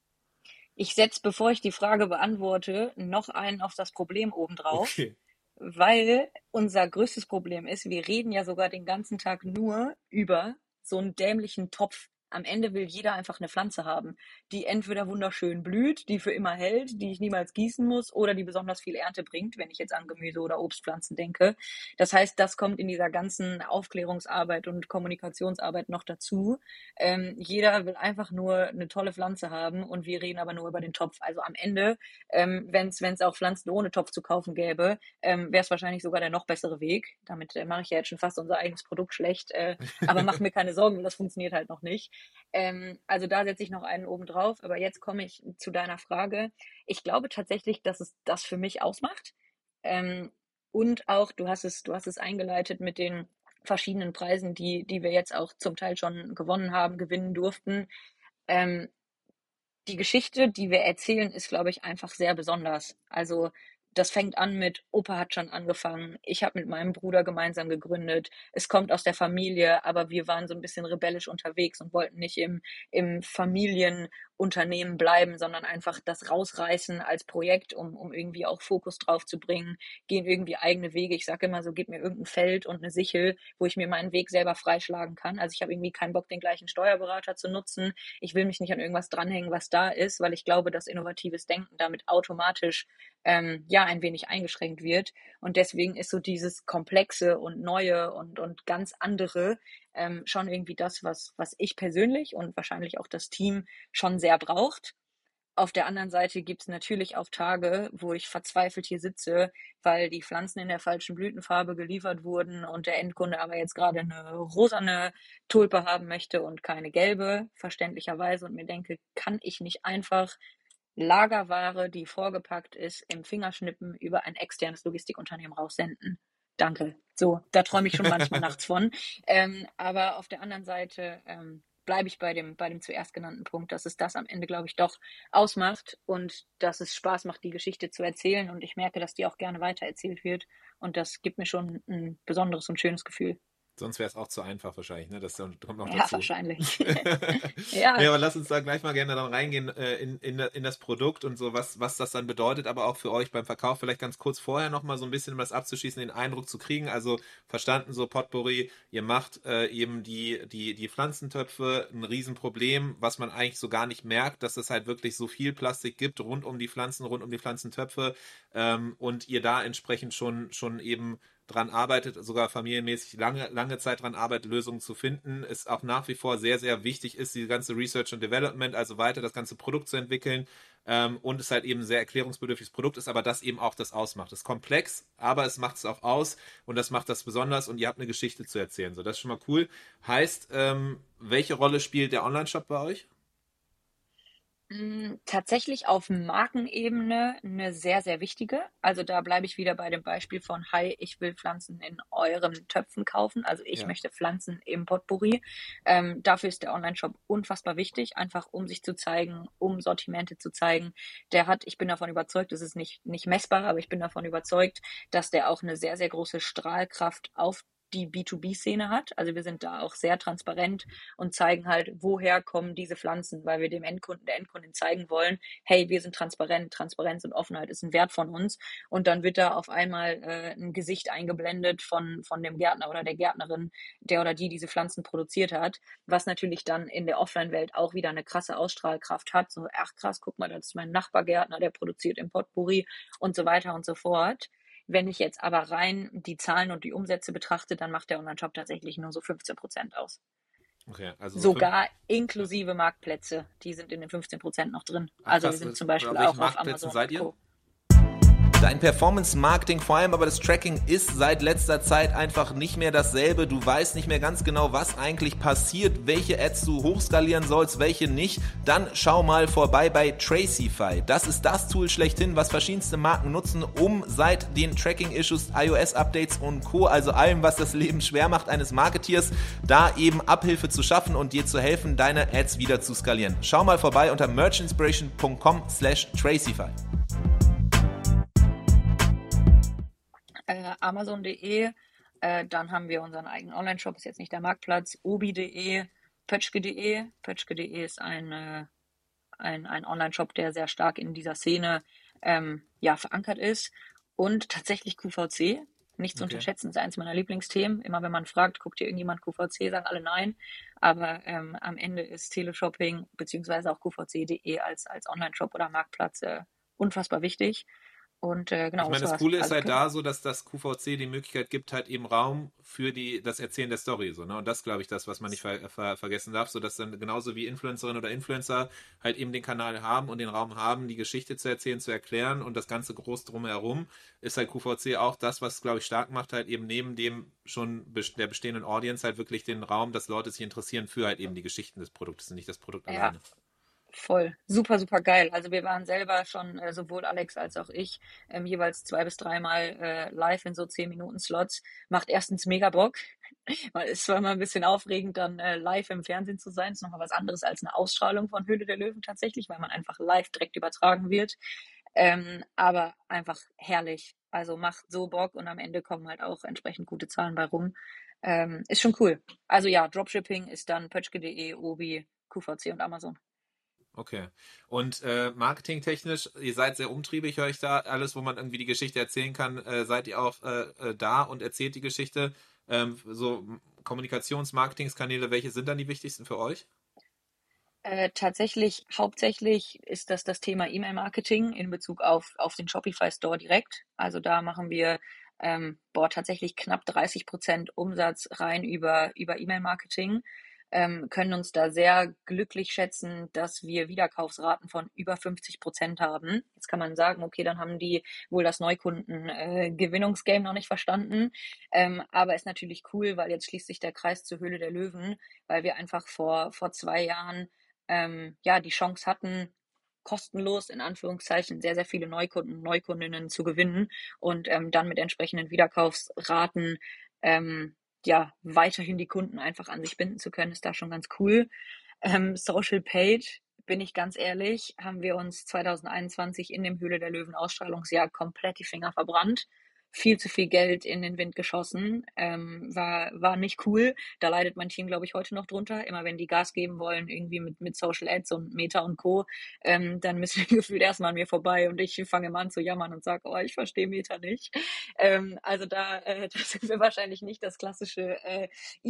Ich setze, bevor ich die Frage beantworte, noch einen auf das Problem obendrauf, Okay. weil unser größtes Problem ist, wir reden ja sogar den ganzen Tag nur über so einen dämlichen Topf. am Ende will jeder einfach eine Pflanze haben, die entweder wunderschön blüht, die für immer hält, die ich niemals gießen muss oder die besonders viel Ernte bringt, wenn ich jetzt an Gemüse oder Obstpflanzen denke. Das heißt, das kommt in dieser ganzen Aufklärungsarbeit und Kommunikationsarbeit noch dazu. Ähm, jeder will einfach nur eine tolle Pflanze haben und wir reden aber nur über den Topf. Also am Ende, ähm, wenn es auch Pflanzen ohne Topf zu kaufen gäbe, ähm, wäre es wahrscheinlich sogar der noch bessere Weg. Damit äh, mache ich ja jetzt schon fast unser eigenes Produkt schlecht. Äh, aber mach mir keine Sorgen, das funktioniert halt noch nicht. Ähm, also da setze ich noch einen oben drauf. Aber jetzt komme ich zu deiner Frage. Ich glaube tatsächlich, dass es das für mich ausmacht. Ähm, und auch, du hast es, du hast es eingeleitet mit den verschiedenen Preisen, die, die wir jetzt auch zum Teil schon gewonnen haben, gewinnen durften. Ähm, die Geschichte, die wir erzählen, ist, glaube ich, einfach sehr besonders. Also das fängt an mit, Opa hat schon angefangen, ich habe mit meinem Bruder gemeinsam gegründet, es kommt aus der Familie, aber wir waren so ein bisschen rebellisch unterwegs und wollten nicht im, im Familienunternehmen bleiben, sondern einfach das rausreißen als Projekt, um, um irgendwie auch Fokus drauf zu bringen, gehen irgendwie eigene Wege. Ich sage immer so, gib mir irgendein Feld und eine Sichel, wo ich mir meinen Weg selber freischlagen kann. Also ich habe irgendwie keinen Bock, den gleichen Steuerberater zu nutzen. Ich will mich nicht an irgendwas dranhängen, was da ist, weil ich glaube, dass innovatives Denken damit automatisch ähm, ja ein wenig eingeschränkt wird. Und deswegen ist so dieses Komplexe und Neue und, und ganz andere ähm, schon irgendwie das, was, was ich persönlich und wahrscheinlich auch das Team schon sehr braucht. Auf der anderen Seite gibt es natürlich auch Tage, wo ich verzweifelt hier sitze, weil die Pflanzen in der falschen Blütenfarbe geliefert wurden und der Endkunde aber jetzt gerade eine rosane Tulpe haben möchte und keine gelbe, verständlicherweise, und mir denke, kann ich nicht einfach Lagerware, die vorgepackt ist, im Fingerschnippen über ein externes Logistikunternehmen raussenden? Danke. So, da träume ich schon manchmal nachts von. Ähm, aber auf der anderen Seite ähm, bleibe ich bei dem, bei dem zuerst genannten Punkt, dass es das am Ende, glaube ich, doch ausmacht und dass es Spaß macht, die Geschichte zu erzählen. Und ich merke, dass die auch gerne weitererzählt wird. Und das gibt mir schon ein besonderes und schönes Gefühl. Sonst wäre es auch zu einfach wahrscheinlich, ne? Das kommt noch Ja, dazu. wahrscheinlich. Ja. Ja. aber lass uns da gleich mal gerne dann reingehen äh, in, in, in das Produkt und so, was, was das dann bedeutet, aber auch für euch beim Verkauf. Vielleicht ganz kurz vorher nochmal so ein bisschen, um das abzuschließen, den Eindruck zu kriegen. Also verstanden, so Potpourri, ihr macht äh, eben die, die, die Pflanzentöpfe, ein Riesenproblem, was man eigentlich so gar nicht merkt, dass es halt wirklich so viel Plastik gibt rund um die Pflanzen, rund um die Pflanzentöpfe ähm, und ihr da entsprechend schon, schon eben dran arbeitet, sogar familienmäßig lange, lange Zeit dran arbeitet, Lösungen zu finden, es auch nach wie vor sehr, sehr wichtig ist, die ganze Research and Development, also weiter das ganze Produkt zu entwickeln ähm, und es halt eben ein sehr erklärungsbedürftiges Produkt ist, aber das eben auch das ausmacht. Es ist komplex, aber es macht es auch aus und das macht das besonders und ihr habt eine Geschichte zu erzählen. So, das ist schon mal cool. Heißt, ähm, welche Rolle spielt der Online-Shop bei euch? Tatsächlich auf Markenebene eine sehr, sehr wichtige. Also da bleibe ich wieder bei dem Beispiel von, hi, ich will Pflanzen in euren Töpfen kaufen. Also ich Ja. möchte Pflanzen im Potpourri. Ähm, dafür ist der Online-Shop unfassbar wichtig, einfach um sich zu zeigen, um Sortimente zu zeigen. Der hat, ich bin davon überzeugt, das ist nicht, nicht messbar, aber ich bin davon überzeugt, dass der auch eine sehr, sehr große Strahlkraft auf die B zwei B-Szene hat. Also wir sind da auch sehr transparent und zeigen halt, woher kommen diese Pflanzen, weil wir dem Endkunden, der Endkundin zeigen wollen, hey, wir sind transparent, Transparenz und Offenheit ist ein Wert von uns. Und dann wird da auf einmal äh, ein Gesicht eingeblendet von, von dem Gärtner oder der Gärtnerin, der oder die diese Pflanzen produziert hat, was natürlich dann in der Offline-Welt auch wieder eine krasse Ausstrahlkraft hat. So, ach krass, guck mal, das ist mein Nachbargärtner, der produziert im Potpourri und so weiter und so fort. Wenn ich jetzt aber rein die Zahlen und die Umsätze betrachte, dann macht der Online-Shop tatsächlich nur so fünfzehn Prozent aus. Okay, also so Sogar inklusive Marktplätze, die sind in den fünfzehn Prozent noch drin. Ach, also krass, wir sind das- zum Beispiel auf welchen auch auf Marktplätzen Amazon seid und ihr? Co. Dein Performance-Marketing, vor allem aber das Tracking, ist seit letzter Zeit einfach nicht mehr dasselbe. Du weißt nicht mehr ganz genau, was eigentlich passiert, welche Ads du hochskalieren sollst, welche nicht. Dann schau mal vorbei bei Tracify. Das ist das Tool schlechthin, was verschiedenste Marken nutzen, um seit den Tracking-Issues, iOS-Updates und Co., also allem, was das Leben schwer macht eines Marketeers, da eben Abhilfe zu schaffen und dir zu helfen, deine Ads wieder zu skalieren. Schau mal vorbei unter merchinspiration punkt com slash Tracify. Äh, Amazon punkt de, äh, dann haben wir unseren eigenen Online-Shop, ist jetzt nicht der Marktplatz, obi punkt de, pötschke punkt de. Pötschke punkt de ist ein, äh, ein, ein Online-Shop, der sehr stark in dieser Szene ähm, ja, verankert ist. Und tatsächlich Q V C, Nicht zu Okay. unterschätzen, ist eins meiner Lieblingsthemen. Immer wenn man fragt, guckt hier irgendjemand Q V C, sagen alle nein. Aber ähm, am Ende ist Teleshopping beziehungsweise auch Q V C punkt de als, als Online-Shop oder Marktplatz äh, unfassbar wichtig. Und äh, Ich genau, meine, das das war's. Coole ist Also halt da so, dass das Q V C die Möglichkeit gibt, halt eben Raum für die, das Erzählen der Story, so, ne? Und das, glaube ich, das, was man nicht ver ver vergessen darf, so dass dann genauso wie Influencerinnen oder Influencer halt eben den Kanal haben und den Raum haben, die Geschichte zu erzählen, zu erklären und das Ganze groß drumherum, ist halt Q V C auch das, was, glaube ich, stark macht, halt eben neben dem schon bes- der bestehenden Audience halt wirklich den Raum, dass Leute sich interessieren für halt eben die Geschichten des Produktes und nicht das Produkt ja, alleine. voll. Super, super geil. Also wir waren selber schon, äh, sowohl Alex als auch ich, ähm, jeweils zwei bis dreimal äh, live in so zehn Minuten Slots. Macht erstens mega Bock. Weil es war immer ein bisschen aufregend, dann äh, live im Fernsehen zu sein. Ist nochmal was anderes als eine Ausstrahlung von Höhle der Löwen tatsächlich, weil man einfach live direkt übertragen wird. Ähm, aber einfach herrlich. Also macht so Bock und am Ende kommen halt auch entsprechend gute Zahlen bei rum. Ähm, ist schon cool. Also ja, Dropshipping ist dann pötschke punkt de, Obi, Q V C und Amazon. Okay. Und äh, marketingtechnisch, ihr seid sehr umtriebig, höre ich da. Alles, wo man irgendwie die Geschichte erzählen kann, äh, seid ihr auch äh, äh, da und erzählt die Geschichte. Ähm, so m- Kommunikations-, Marketingskanäle, welche sind dann die wichtigsten für euch? Äh, tatsächlich, hauptsächlich ist das das Thema E-Mail-Marketing in Bezug auf, auf den Shopify Store direkt. Also da machen wir ähm, boah, tatsächlich knapp dreißig Prozent Umsatz rein über, über E-Mail-Marketing. Ähm, können uns da sehr glücklich schätzen, dass wir Wiederkaufsraten von über fünfzig Prozent haben. Jetzt kann man sagen, okay, dann haben die wohl das Neukunden-Gewinnungsgame äh, noch nicht verstanden. Ähm, aber ist natürlich cool, weil jetzt schließt sich der Kreis zur Höhle der Löwen, weil wir einfach vor, vor zwei Jahren ähm, ja, die Chance hatten, kostenlos in Anführungszeichen sehr, sehr viele Neukunden und Neukundinnen zu gewinnen und ähm, dann mit entsprechenden Wiederkaufsraten ähm, ja, weiterhin die Kunden einfach an sich binden zu können, ist da schon ganz cool. Ähm, Social Page, bin ich ganz ehrlich, haben wir uns zwanzig einundzwanzig in dem Höhle der Löwen Ausstrahlungsjahr komplett die Finger verbrannt. Viel zu viel Geld in den Wind geschossen. Ähm, war, war nicht cool. Da leidet mein Team, glaube ich, heute noch drunter. Immer wenn die Gas geben wollen, irgendwie mit, mit Social Ads und Meta und Co., ähm, dann müssen wir gefühlt erstmal an mir vorbei und ich fange immer an zu jammern und sage, oh, ich verstehe Meta nicht. Ähm, also da, äh, da sind wir wahrscheinlich nicht das klassische äh,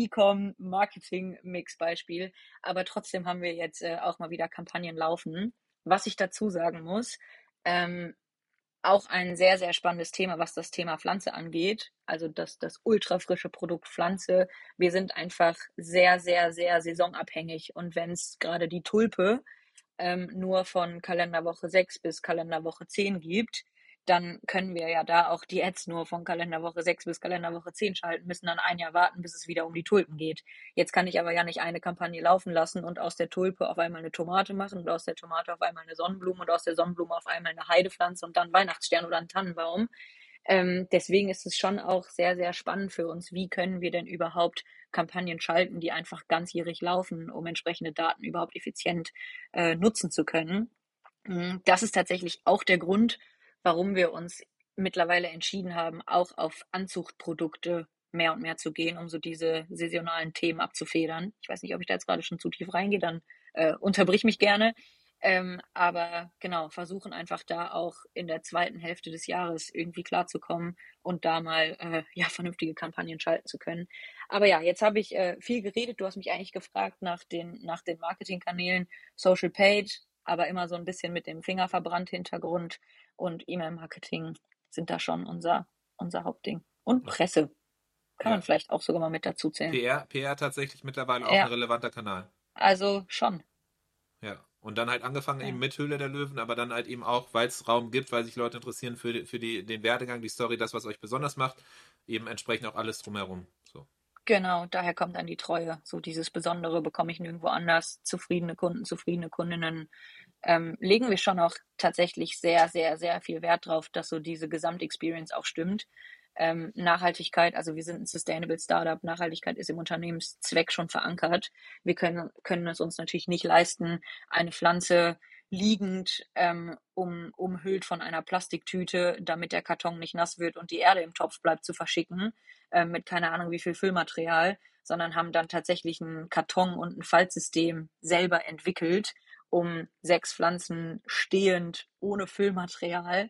E-Com-Marketing-Mix-Beispiel. Aber trotzdem haben wir jetzt äh, auch mal wieder Kampagnen laufen. Was ich dazu sagen muss, ähm, auch ein sehr, sehr spannendes Thema, was das Thema Pflanze angeht. Also das, das ultrafrische Produkt Pflanze. Wir sind einfach sehr, sehr, sehr saisonabhängig. Und wenn es gerade die Tulpe ähm, nur von Kalenderwoche sechs bis Kalenderwoche zehn gibt, dann können wir ja da auch die Ads nur von Kalenderwoche sechs bis Kalenderwoche zehn schalten, müssen dann ein Jahr warten, bis es wieder um die Tulpen geht. Jetzt kann ich aber ja nicht eine Kampagne laufen lassen und aus der Tulpe auf einmal eine Tomate machen und aus der Tomate auf einmal eine Sonnenblume und aus der Sonnenblume auf einmal eine Heidepflanze und dann Weihnachtsstern oder einen Tannenbaum. Ähm, deswegen ist es schon auch sehr, sehr spannend für uns. Wie können wir denn überhaupt Kampagnen schalten, die einfach ganzjährig laufen, um entsprechende Daten überhaupt effizient äh, nutzen zu können? Mm, Das ist tatsächlich auch der Grund, warum wir uns mittlerweile entschieden haben, auch auf Anzuchtprodukte mehr und mehr zu gehen, um so diese saisonalen Themen abzufedern. Ich weiß nicht, ob ich da jetzt gerade schon zu tief reingehe, dann äh, unterbrich mich gerne. Ähm, aber genau, versuchen einfach da auch in der zweiten Hälfte des Jahres irgendwie klarzukommen und da mal äh, ja vernünftige Kampagnen schalten zu können. Aber ja, jetzt habe ich äh, viel geredet. Du hast mich eigentlich gefragt nach den, nach den Marketingkanälen, Social Page, aber immer so ein bisschen mit dem Finger verbrannt Hintergrund und E-Mail-Marketing sind da schon unser, unser Hauptding. Und Ja. Presse kann man Ja. vielleicht auch sogar mal mit dazu zählen. P R, P R tatsächlich mittlerweile auch ein Ja, relevanter Kanal. also schon. Ja. Und dann halt angefangen eben Ja. mit Höhle der Löwen, aber dann halt eben auch, weil es Raum gibt, weil sich Leute interessieren für, die, für die, den Werdegang, die Story, das, was euch besonders macht, eben entsprechend auch alles drumherum. So. Genau, daher kommt dann die Treue. So dieses Besondere bekomme ich nirgendwo anders. Zufriedene Kunden, zufriedene Kundinnen. Ähm, legen wir schon auch tatsächlich sehr, sehr, sehr viel Wert drauf, dass so diese Gesamtexperience auch stimmt. Ähm, Nachhaltigkeit, also wir sind ein Sustainable Startup. Nachhaltigkeit ist im Unternehmenszweck schon verankert. Wir können, können es uns natürlich nicht leisten, eine Pflanze liegend ähm, um, umhüllt von einer Plastiktüte, damit der Karton nicht nass wird und die Erde im Topf bleibt, zu verschicken, äh, mit keine Ahnung wie viel Füllmaterial, sondern haben dann tatsächlich einen Karton und ein Faltsystem selber entwickelt, um sechs Pflanzen stehend ohne Füllmaterial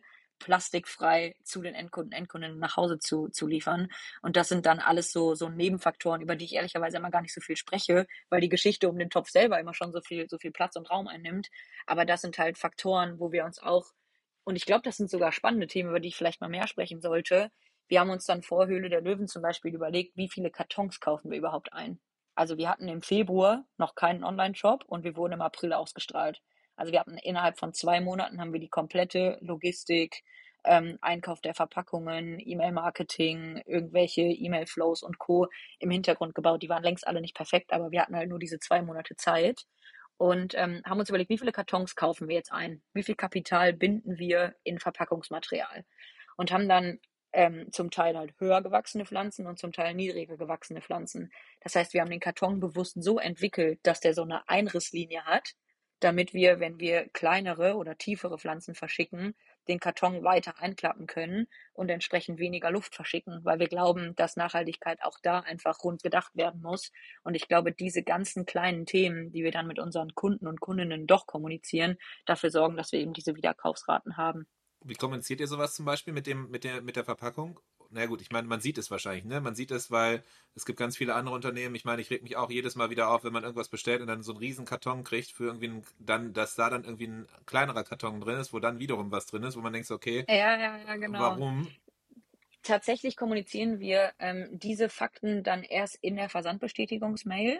plastikfrei zu den Endkunden, Endkundinnen nach Hause zu, zu liefern. Und das sind dann alles so, so Nebenfaktoren, über die ich ehrlicherweise immer gar nicht so viel spreche, weil die Geschichte um den Topf selber immer schon so viel, so viel Platz und Raum einnimmt. Aber das sind halt Faktoren, wo wir uns auch, und ich glaube, das sind sogar spannende Themen, über die ich vielleicht mal mehr sprechen sollte. Wir haben uns dann vor Höhle der Löwen zum Beispiel überlegt, wie viele Kartons kaufen wir überhaupt ein. Also wir hatten im Februar noch keinen Online-Shop und wir wurden im April ausgestrahlt. Also wir hatten innerhalb von zwei Monaten haben wir die komplette Logistik, ähm, Einkauf der Verpackungen, E-Mail-Marketing, irgendwelche E-Mail-Flows und Co. im Hintergrund gebaut. Die waren längst alle nicht perfekt, aber wir hatten halt nur diese zwei Monate Zeit und ähm, haben uns überlegt, wie viele Kartons kaufen wir jetzt ein? Wie viel Kapital binden wir in Verpackungsmaterial? Und haben dann ähm, zum Teil halt höher gewachsene Pflanzen und zum Teil niedriger gewachsene Pflanzen. Das heißt, wir haben den Karton bewusst so entwickelt, dass der so eine Einrisslinie hat, damit wir, wenn wir kleinere oder tiefere Pflanzen verschicken, den Karton weiter einklappen können und entsprechend weniger Luft verschicken, weil wir glauben, dass Nachhaltigkeit auch da einfach rund gedacht werden muss. Und ich glaube, diese ganzen kleinen Themen, die wir dann mit unseren Kunden und Kundinnen doch kommunizieren, dafür sorgen, dass wir eben diese Wiederkaufsraten haben. Wie kommuniziert ihr sowas zum Beispiel mit dem, mit der, mit der Verpackung? Na gut, ich meine, man sieht es wahrscheinlich, ne? Man sieht es, weil es gibt ganz viele andere Unternehmen. Ich meine, ich reg mich auch jedes Mal wieder auf, wenn man irgendwas bestellt und dann so einen riesen Karton kriegt für irgendwie einen, dann, dass da dann irgendwie ein kleinerer Karton drin ist, wo dann wiederum was drin ist, wo man denkt, so, okay, Ja, ja, ja, genau. warum? Tatsächlich kommunizieren wir ähm, diese Fakten dann erst in der Versandbestätigungsmail.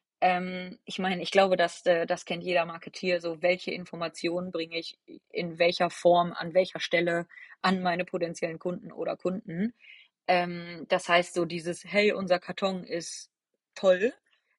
Ähm, ich meine, ich glaube, dass, äh, das kennt jeder Marketier, so welche Informationen bringe ich in welcher Form, an welcher Stelle an meine potenziellen Kunden oder Kunden. Ähm, das heißt, so dieses, hey, unser Karton ist toll,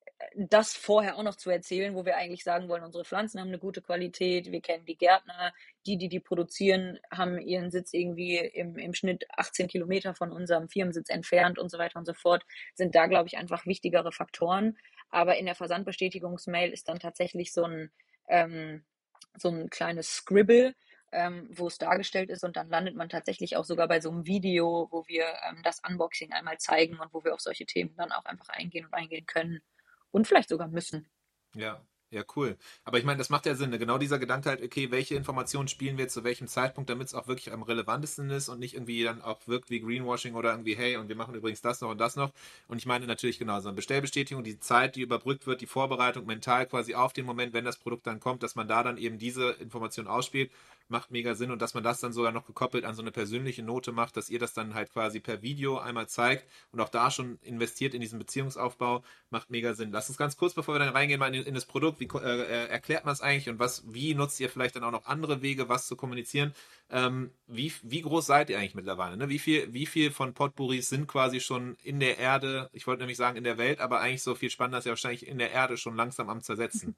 das vorher auch noch zu erzählen, wo wir eigentlich sagen wollen, unsere Pflanzen haben eine gute Qualität, wir kennen die Gärtner, die, die die produzieren, haben ihren Sitz irgendwie im, im Schnitt achtzehn Kilometer von unserem Firmensitz entfernt und so weiter und so fort, sind da, glaube ich, einfach wichtigere Faktoren. Aber in der Versandbestätigungsmail ist dann tatsächlich so ein, ähm, so ein kleines Scribble, ähm, wo es dargestellt ist und dann landet man tatsächlich auch sogar bei so einem Video, wo wir ähm, das Unboxing einmal zeigen und wo wir auf solche Themen dann auch einfach eingehen und eingehen können und vielleicht sogar müssen. Ja, ja, cool. Aber ich meine, das macht ja Sinn. Ne? Genau dieser Gedanke halt, okay, welche Informationen spielen wir zu welchem Zeitpunkt, damit es auch wirklich am relevantesten ist und nicht irgendwie dann auch wirkt wie Greenwashing oder irgendwie, hey, und wir machen übrigens das noch und das noch. Und ich meine natürlich genau, so eine Bestellbestätigung, die Zeit, die überbrückt wird, die Vorbereitung mental quasi auf den Moment, wenn das Produkt dann kommt, dass man da dann eben diese Information ausspielt, macht mega Sinn und dass man das dann sogar noch gekoppelt an so eine persönliche Note macht, dass ihr das dann halt quasi per Video einmal zeigt und auch da schon investiert in diesen Beziehungsaufbau, macht mega Sinn. Lass uns ganz kurz, bevor wir dann reingehen, mal in, in das Produkt, wie äh, erklärt man es eigentlich und was, wie nutzt ihr vielleicht dann auch noch andere Wege, was zu kommunizieren? Ähm, wie, wie groß seid ihr eigentlich mittlerweile? Ne? Wie viel, wie viel von Potpourris sind quasi schon in der Erde, ich wollte nämlich sagen in der Welt, aber eigentlich so viel spannender ist ja wahrscheinlich in der Erde schon langsam am Zersetzen.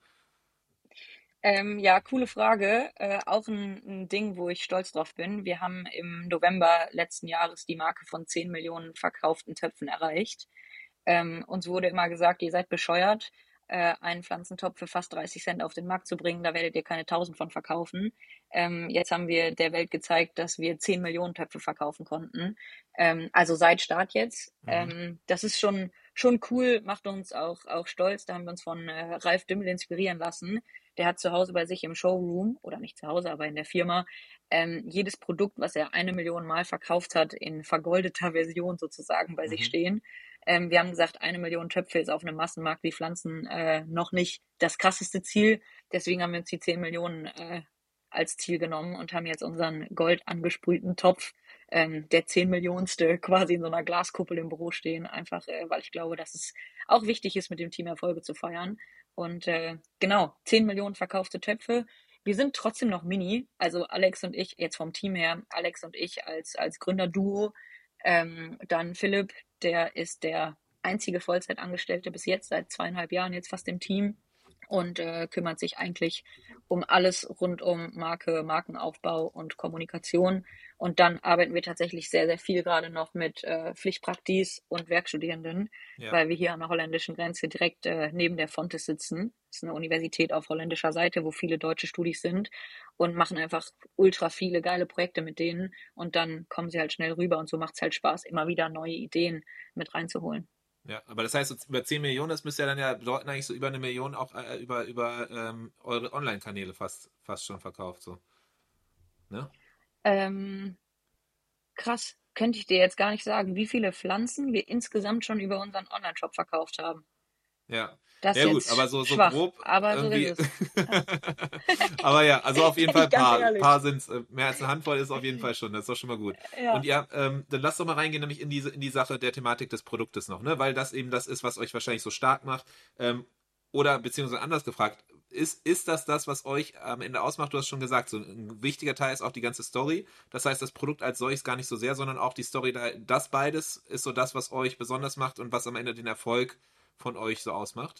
Ähm, ja, coole Frage. Äh, auch ein, ein Ding, wo ich stolz drauf bin. Wir haben im November letzten Jahres die Marke von zehn Millionen verkauften Töpfen erreicht. Ähm, uns wurde immer gesagt, ihr seid bescheuert, äh, einen Pflanzentopf für fast dreißig Cent auf den Markt zu bringen, da werdet ihr keine tausend von verkaufen. Ähm, jetzt haben wir der Welt gezeigt, dass wir zehn Millionen Töpfe verkaufen konnten. Ähm, also seit Start jetzt. Mhm. Ähm, das ist schon, schon cool, macht uns auch, auch stolz. Da haben wir uns von äh, Ralf Dümmel inspirieren lassen. Der hat zu Hause bei sich im Showroom, oder nicht zu Hause, aber in der Firma, ähm, jedes Produkt, was er eine Million Mal verkauft hat, in vergoldeter Version sozusagen bei sich Mhm. stehen. Ähm, wir haben gesagt, eine Million Töpfe ist auf einem Massenmarkt wie Pflanzen äh, noch nicht das krasseste Ziel. Deswegen haben wir uns die zehn Millionen äh, als Ziel genommen und haben jetzt unseren gold angesprühten Topf, ähm, der zehn Millionenste quasi in so einer Glaskuppel im Büro stehen. Einfach, äh, weil ich glaube, dass es auch wichtig ist, mit dem Team Erfolge zu feiern. Und äh, genau, zehn Millionen verkaufte Töpfe. Wir sind trotzdem noch mini. Also Alex und ich, jetzt vom Team her, Alex und ich als, als Gründerduo. Ähm, dann Philipp, der ist der einzige Vollzeitangestellte bis jetzt, seit zweieinhalb Jahren jetzt fast im Team und äh, kümmert sich eigentlich um alles rund um Marke, Markenaufbau und Kommunikation. Und dann arbeiten wir tatsächlich sehr, sehr viel gerade noch mit äh, Pflichtpraktis und Werkstudierenden, Ja. weil wir hier an der holländischen Grenze direkt äh, neben der Fontes sitzen. Das ist eine Universität auf holländischer Seite, wo viele deutsche Studis sind und machen einfach ultra viele geile Projekte mit denen. Und dann kommen sie halt schnell rüber und so macht es halt Spaß, immer wieder neue Ideen mit reinzuholen. Ja, aber das heißt, so über zehn Millionen, das müsste ja dann ja bedeuten, eigentlich so über eine Million auch äh, über, über ähm, eure Online-Kanäle fast, fast schon verkauft, so. Ne? Ähm, krass, könnte ich dir jetzt gar nicht sagen, wie viele Pflanzen wir insgesamt schon über unseren Onlineshop verkauft haben. Ja. Das ist Ja gut, aber jetzt so, so schwach, grob aber so ist irgendwie. es. Ja. Aber ja, also auf jeden Bin Fall ich ein ganz paar. Paar ehrlich. sind es. Mehr als eine Handvoll ist auf jeden Fall schon. Das ist doch schon mal gut. Und Ja. ja, ähm, dann lass doch mal reingehen, nämlich in diese, in die Sache der Thematik des Produktes noch, ne? Weil das eben das ist, was euch wahrscheinlich so stark macht. Ähm, oder beziehungsweise anders gefragt, ist, ist das das, was euch am Ende ausmacht? Du hast schon gesagt, so ein wichtiger Teil ist auch die ganze Story. Das heißt, das Produkt als solches gar nicht so sehr, sondern auch die Story, das beides ist so das, was euch besonders macht und was am Ende den Erfolg von euch so ausmacht.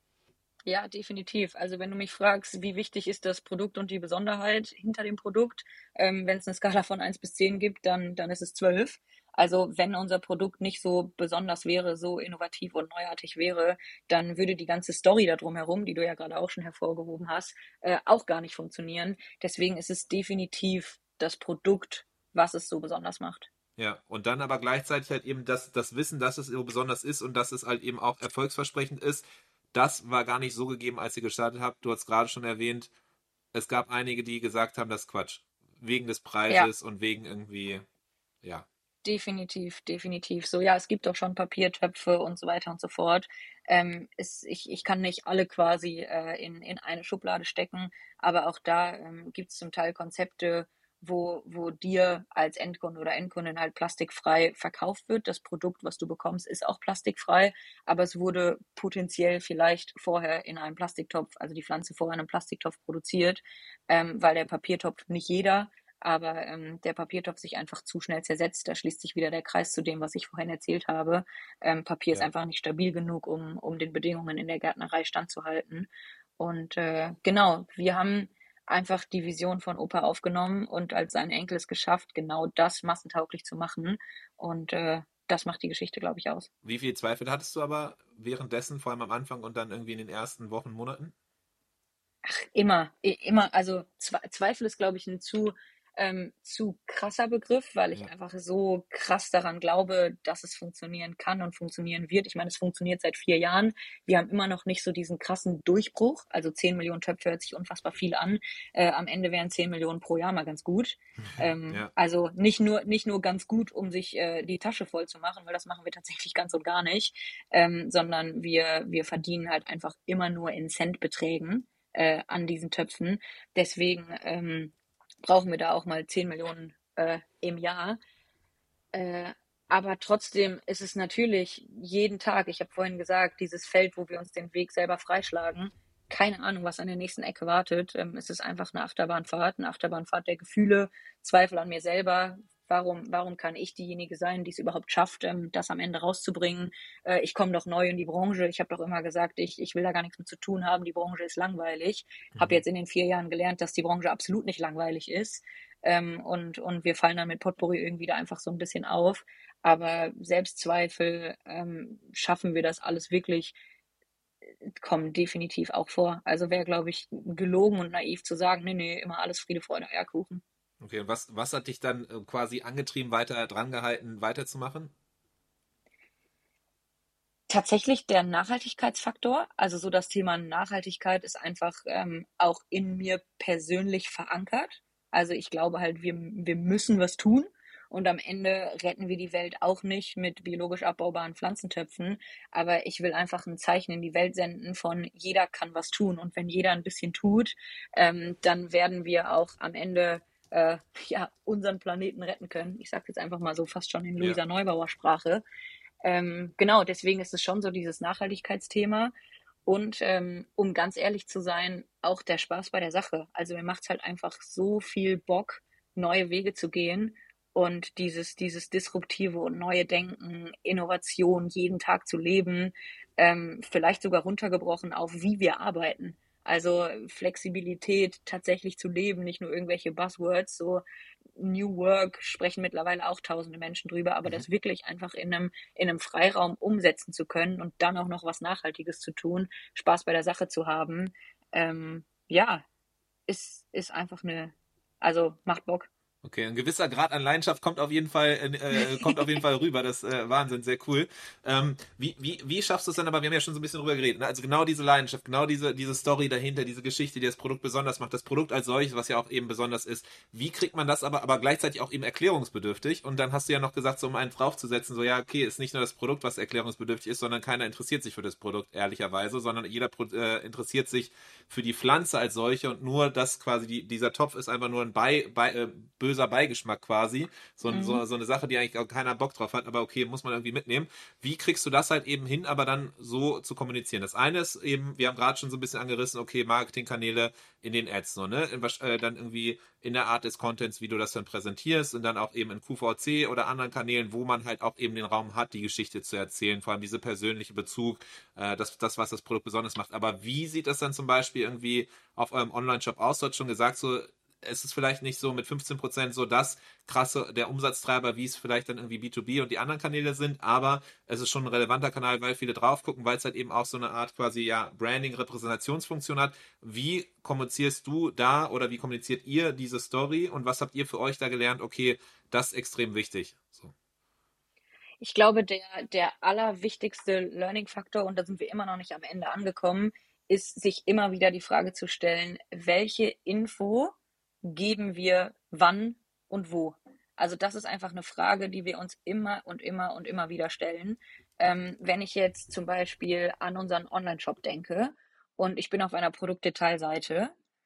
Ja, definitiv. Also wenn du mich fragst, wie wichtig ist das Produkt und die Besonderheit hinter dem Produkt, ähm, wenn es eine Skala von eins bis zehn gibt, dann, dann ist es zwölf. Also wenn unser Produkt nicht so besonders wäre, so innovativ und neuartig wäre, dann würde die ganze Story da drumherum, die du ja gerade auch schon hervorgehoben hast, äh, auch gar nicht funktionieren. Deswegen ist es definitiv das Produkt, was es so besonders macht. Ja, und dann aber gleichzeitig halt eben das, das Wissen, dass es so besonders ist und dass es halt eben auch erfolgsversprechend ist. Das war gar nicht so gegeben, als ihr gestartet habt. Du hast gerade schon erwähnt, es gab einige, die gesagt haben, das ist Quatsch. Wegen des Ja, Preises und wegen irgendwie, ja. definitiv, definitiv. So, ja, es gibt doch schon Papiertöpfe und so weiter und so fort. Ähm, es, ich, ich kann nicht alle quasi äh, in, in eine Schublade stecken, aber auch da ähm, gibt es zum Teil Konzepte, wo, wo dir als Endkunde oder Endkundin halt plastikfrei verkauft wird. Das Produkt, was du bekommst, ist auch plastikfrei, aber es wurde potenziell vielleicht vorher in einem Plastiktopf, also die Pflanze vorher in einem Plastiktopf produziert, ähm, weil der Papiertopf nicht jeder, aber ähm, der Papiertopf sich einfach zu schnell zersetzt. Da schließt sich wieder der Kreis zu dem, was ich vorhin erzählt habe. Ähm, Papier ist Ja. einfach nicht stabil genug, um, um den Bedingungen in der Gärtnerei standzuhalten. Und äh, genau, wir haben einfach die Vision von Opa aufgenommen und als sein Enkel es geschafft, genau das massentauglich zu machen. Und äh, das macht die Geschichte, glaube ich, aus. Wie viel Zweifel hattest du aber währenddessen, vor allem am Anfang und dann irgendwie in den ersten Wochen, Monaten? Immer, i- immer, also Zwe- Zweifel ist, glaube ich, ein zu, ähm, zu krasser Begriff, weil ich Ja. einfach so krass daran glaube, dass es funktionieren kann und funktionieren wird. Ich meine, es funktioniert seit vier Jahren. Wir haben immer noch nicht so diesen krassen Durchbruch. Also zehn Millionen Töpfe hört sich unfassbar viel an. Äh, am Ende wären zehn Millionen pro Jahr mal ganz gut. Ähm, Ja. also nicht nur, nicht nur ganz gut, um sich äh, die Tasche voll zu machen, weil das machen wir tatsächlich ganz und gar nicht, ähm, sondern wir, wir verdienen halt einfach immer nur in Centbeträgen äh, an diesen Töpfen. Deswegen ähm, brauchen wir da auch mal zehn Millionen äh, im Jahr. Äh, aber trotzdem ist es natürlich jeden Tag, ich habe vorhin gesagt, dieses Feld, wo wir uns den Weg selber freischlagen, keine Ahnung, was an der nächsten Ecke wartet. Ähm, es ist einfach eine Achterbahnfahrt, eine Achterbahnfahrt der Gefühle, Zweifel an mir selber. Warum, warum kann ich diejenige sein, die es überhaupt schafft, ähm, das am Ende rauszubringen? Äh, ich komme doch neu in die Branche. Ich habe doch immer gesagt, ich, ich will da gar nichts mit zu tun haben. Die Branche ist langweilig. Habe Mhm. jetzt in den vier Jahren gelernt, dass die Branche absolut nicht langweilig ist. Ähm, und, und wir fallen dann mit Potpourri irgendwie da einfach so ein bisschen auf. Aber Selbstzweifel, ähm, schaffen wir das alles wirklich, kommen definitiv auch vor. Also wäre, glaube ich, gelogen und naiv zu sagen, nee, nee, immer alles Friede, Freude, Eierkuchen. Okay, und was, was hat dich dann äh, quasi angetrieben, weiter drangehalten, weiterzumachen? Tatsächlich der Nachhaltigkeitsfaktor, also so das Thema Nachhaltigkeit ist einfach ähm, auch in mir persönlich verankert. Also ich glaube halt, wir, wir müssen was tun und am Ende retten wir die Welt auch nicht mit biologisch abbaubaren Pflanzentöpfen. Aber ich will einfach ein Zeichen in die Welt senden von jeder kann was tun und wenn jeder ein bisschen tut, ähm, dann werden wir auch am Ende äh, ja, unseren Planeten retten können. Ich sage jetzt einfach mal so fast schon in Ja. Luisa Neubauer Sprache. Ähm, genau, deswegen ist es schon so dieses Nachhaltigkeitsthema. Und ähm, um ganz ehrlich zu sein, auch der Spaß bei der Sache. Also mir macht es halt einfach so viel Bock, neue Wege zu gehen und dieses, dieses disruptive und neue Denken, Innovation jeden Tag zu leben, ähm, vielleicht sogar runtergebrochen auf, wie wir arbeiten. Also Flexibilität tatsächlich zu leben, nicht nur irgendwelche Buzzwords, so New Work sprechen mittlerweile auch tausende Menschen drüber, aber Mhm. das wirklich einfach in einem, in einem Freiraum umsetzen zu können und dann auch noch was Nachhaltiges zu tun, Spaß bei der Sache zu haben, ähm, ja, ist, ist einfach eine, also macht Bock. Okay, ein gewisser Grad an Leidenschaft kommt auf jeden Fall äh, kommt auf jeden Fall rüber. Das äh, Wahnsinn, sehr cool. Ähm, wie, wie, wie schaffst du es denn, aber wir haben ja schon so ein bisschen drüber geredet, ne? Also genau diese Leidenschaft, genau diese, diese Story dahinter, diese Geschichte, die das Produkt besonders macht, das Produkt als solches, was ja auch eben besonders ist. Wie kriegt man das aber, aber gleichzeitig auch eben erklärungsbedürftig? Und dann hast du ja noch gesagt, so um einen draufzusetzen, so ja, okay, ist nicht nur das Produkt, was erklärungsbedürftig ist, sondern keiner interessiert sich für das Produkt, ehrlicherweise, sondern jeder äh, interessiert sich für die Pflanze als solche und nur das quasi, die, dieser Topf ist einfach nur ein bei, bei, äh, böser Beigeschmack quasi. So, Mhm. so, so eine Sache, die eigentlich auch keiner Bock drauf hat, aber okay, muss man irgendwie mitnehmen. Wie kriegst du das halt eben hin, aber dann so zu kommunizieren? Das eine ist eben, wir haben gerade schon so ein bisschen angerissen, okay, Marketingkanäle in den Ads, so, ne? In, äh, dann irgendwie in der Art des Contents, wie du das dann präsentierst und dann auch eben in Q V C oder anderen Kanälen, wo man halt auch eben den Raum hat, die Geschichte zu erzählen, vor allem diese persönliche Bezug, äh, das, das, was das Produkt besonders macht. Aber wie sieht das dann zum Beispiel irgendwie auf eurem Online-Shop aus? Du hast schon gesagt, so, es ist vielleicht nicht so mit fünfzehn Prozent so das krasse, der Umsatztreiber, wie es vielleicht dann irgendwie B zwei B und die anderen Kanäle sind, aber es ist schon ein relevanter Kanal, weil viele drauf gucken, weil es halt eben auch so eine Art quasi, ja, Branding, Repräsentationsfunktion hat. Wie kommunizierst du da oder wie kommuniziert ihr diese Story und was habt ihr für euch da gelernt? Okay, das ist extrem wichtig. So. Ich glaube, der, der allerwichtigste Learning-Faktor, und da sind wir immer noch nicht am Ende angekommen, ist, sich immer wieder die Frage zu stellen, welche Info geben wir wann und wo? Also das ist einfach eine Frage, die wir uns immer und immer und immer wieder stellen. Ähm, wenn ich jetzt zum Beispiel an unseren Online-Shop denke und ich bin auf einer Produktdetailseite,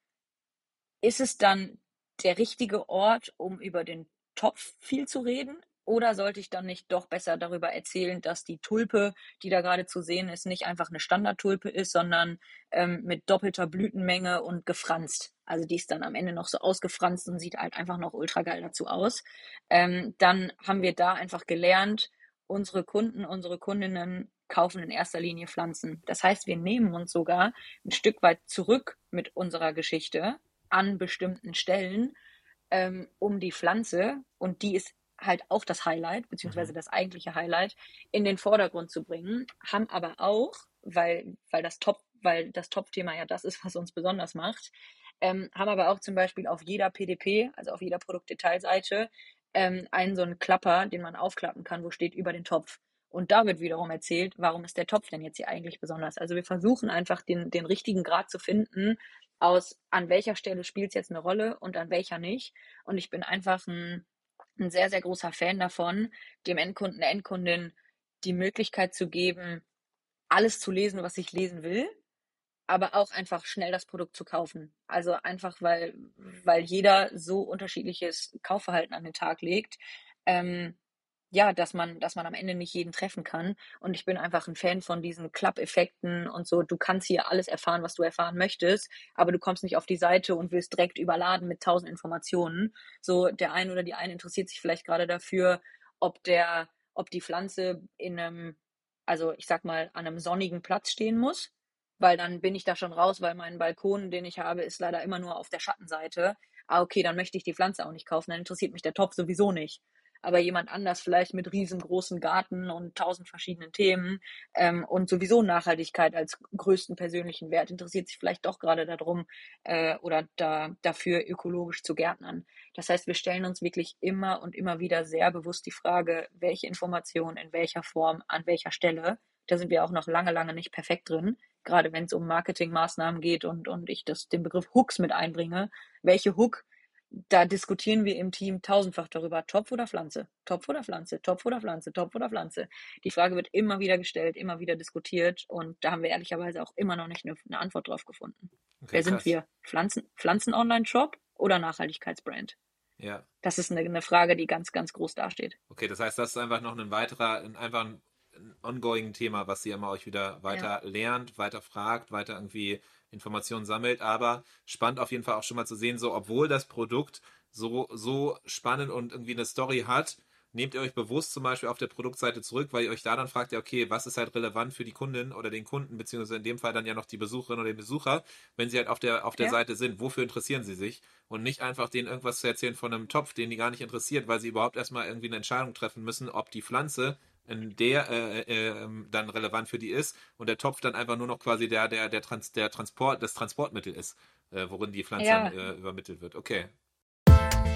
ist es dann der richtige Ort, um über den Topf viel zu reden? Oder sollte ich dann nicht doch besser darüber erzählen, dass die Tulpe, die da gerade zu sehen ist, nicht einfach eine Standardtulpe ist, sondern ähm, mit doppelter Blütenmenge und gefranst. Also die ist dann am Ende noch so ausgefranst und sieht halt einfach noch ultra geil dazu aus. Ähm, dann haben wir da einfach gelernt, unsere Kunden, unsere Kundinnen kaufen in erster Linie Pflanzen. Das heißt, wir nehmen uns sogar ein Stück weit zurück mit unserer Geschichte an bestimmten Stellen ähm, um die Pflanze, und die ist halt auch das Highlight, beziehungsweise das eigentliche Highlight, in den Vordergrund zu bringen, haben aber auch, weil, weil das Top, weil das Top-Thema ja das ist, was uns besonders macht, ähm, haben aber auch zum Beispiel auf jeder P D P, also auf jeder Produktdetailseite, ähm, einen so einen Klapper, den man aufklappen kann, wo steht über den Topf. Und da wird wiederum erzählt, warum ist der Topf denn jetzt hier eigentlich besonders? Also wir versuchen einfach den, den richtigen Grad zu finden, aus an welcher Stelle spielt es jetzt eine Rolle und an welcher nicht. Und ich bin einfach ein, ein sehr, sehr großer Fan davon, dem Endkunden, der Endkundin die Möglichkeit zu geben, alles zu lesen, was ich lesen will, aber auch einfach schnell das Produkt zu kaufen. Also einfach, weil, weil jeder so unterschiedliches Kaufverhalten an den Tag legt, ähm, ja, dass man, dass man am Ende nicht jeden treffen kann. Und ich bin einfach ein Fan von diesen Klappeffekten und so. Du kannst hier alles erfahren, was du erfahren möchtest, aber du kommst nicht auf die Seite und wirst direkt überladen mit tausend Informationen. So, der eine oder die eine interessiert sich vielleicht gerade dafür, ob der, ob die Pflanze in einem, also ich sag mal, an einem sonnigen Platz stehen muss, weil dann bin ich da schon raus, weil mein Balkon, den ich habe, ist leider immer nur auf der Schattenseite. Ah, okay, dann möchte ich die Pflanze auch nicht kaufen, dann interessiert mich der Topf sowieso nicht. Aber jemand anders vielleicht mit riesengroßen Garten und tausend verschiedenen Themen ähm, und sowieso Nachhaltigkeit als größten persönlichen Wert interessiert sich vielleicht doch gerade darum äh, oder da, dafür ökologisch zu gärtnern. Das heißt, wir stellen uns wirklich immer und immer wieder sehr bewusst die Frage, welche Information in welcher Form, an welcher Stelle. Da sind wir auch noch lange, lange nicht perfekt drin, gerade wenn es um Marketingmaßnahmen geht und, und ich das, den Begriff Hooks mit einbringe. Welche Hook? Da diskutieren wir im Team tausendfach darüber, Topf oder Pflanze, Topf oder Pflanze, Topf oder Pflanze, Topf oder Pflanze. Die Frage wird immer wieder gestellt, immer wieder diskutiert, und da haben wir ehrlicherweise auch immer noch nicht eine, eine Antwort drauf gefunden. Okay, Wer sind krass. wir? Pflanzen, Pflanzen-Online-Shop oder Nachhaltigkeitsbrand? Ja. Das ist eine, eine Frage, die ganz, ganz groß dasteht. Okay, das heißt, das ist einfach noch ein weiterer, ein, einfach ein, ein ongoing Thema, was ihr immer euch wieder weiter Ja. lernt, weiter fragt, weiter irgendwie Informationen sammelt. Aber spannend auf jeden Fall auch schon mal zu sehen, so obwohl das Produkt so, so spannend und irgendwie eine Story hat, nehmt ihr euch bewusst zum Beispiel auf der Produktseite zurück, weil ihr euch da dann fragt, ja, okay, was ist halt relevant für die Kundin oder den Kunden, beziehungsweise in dem Fall dann ja noch die Besucherin oder den Besucher, wenn sie halt auf der, auf der Ja. Seite sind. Wofür interessieren sie sich? Und nicht einfach denen irgendwas zu erzählen von einem Topf, den die gar nicht interessiert, weil sie überhaupt erstmal irgendwie eine Entscheidung treffen müssen, ob die Pflanze in der äh, äh, dann relevant für die ist und der Topf dann einfach nur noch quasi der, der, der, Trans, der Transport, das Transportmittel ist, äh, worin die Pflanze Ja. dann äh, übermittelt wird. Okay.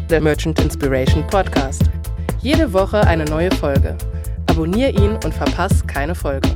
der Merchant Inspiration Podcast. Jede Woche eine neue Folge. Abonnier ihn und verpass keine Folge.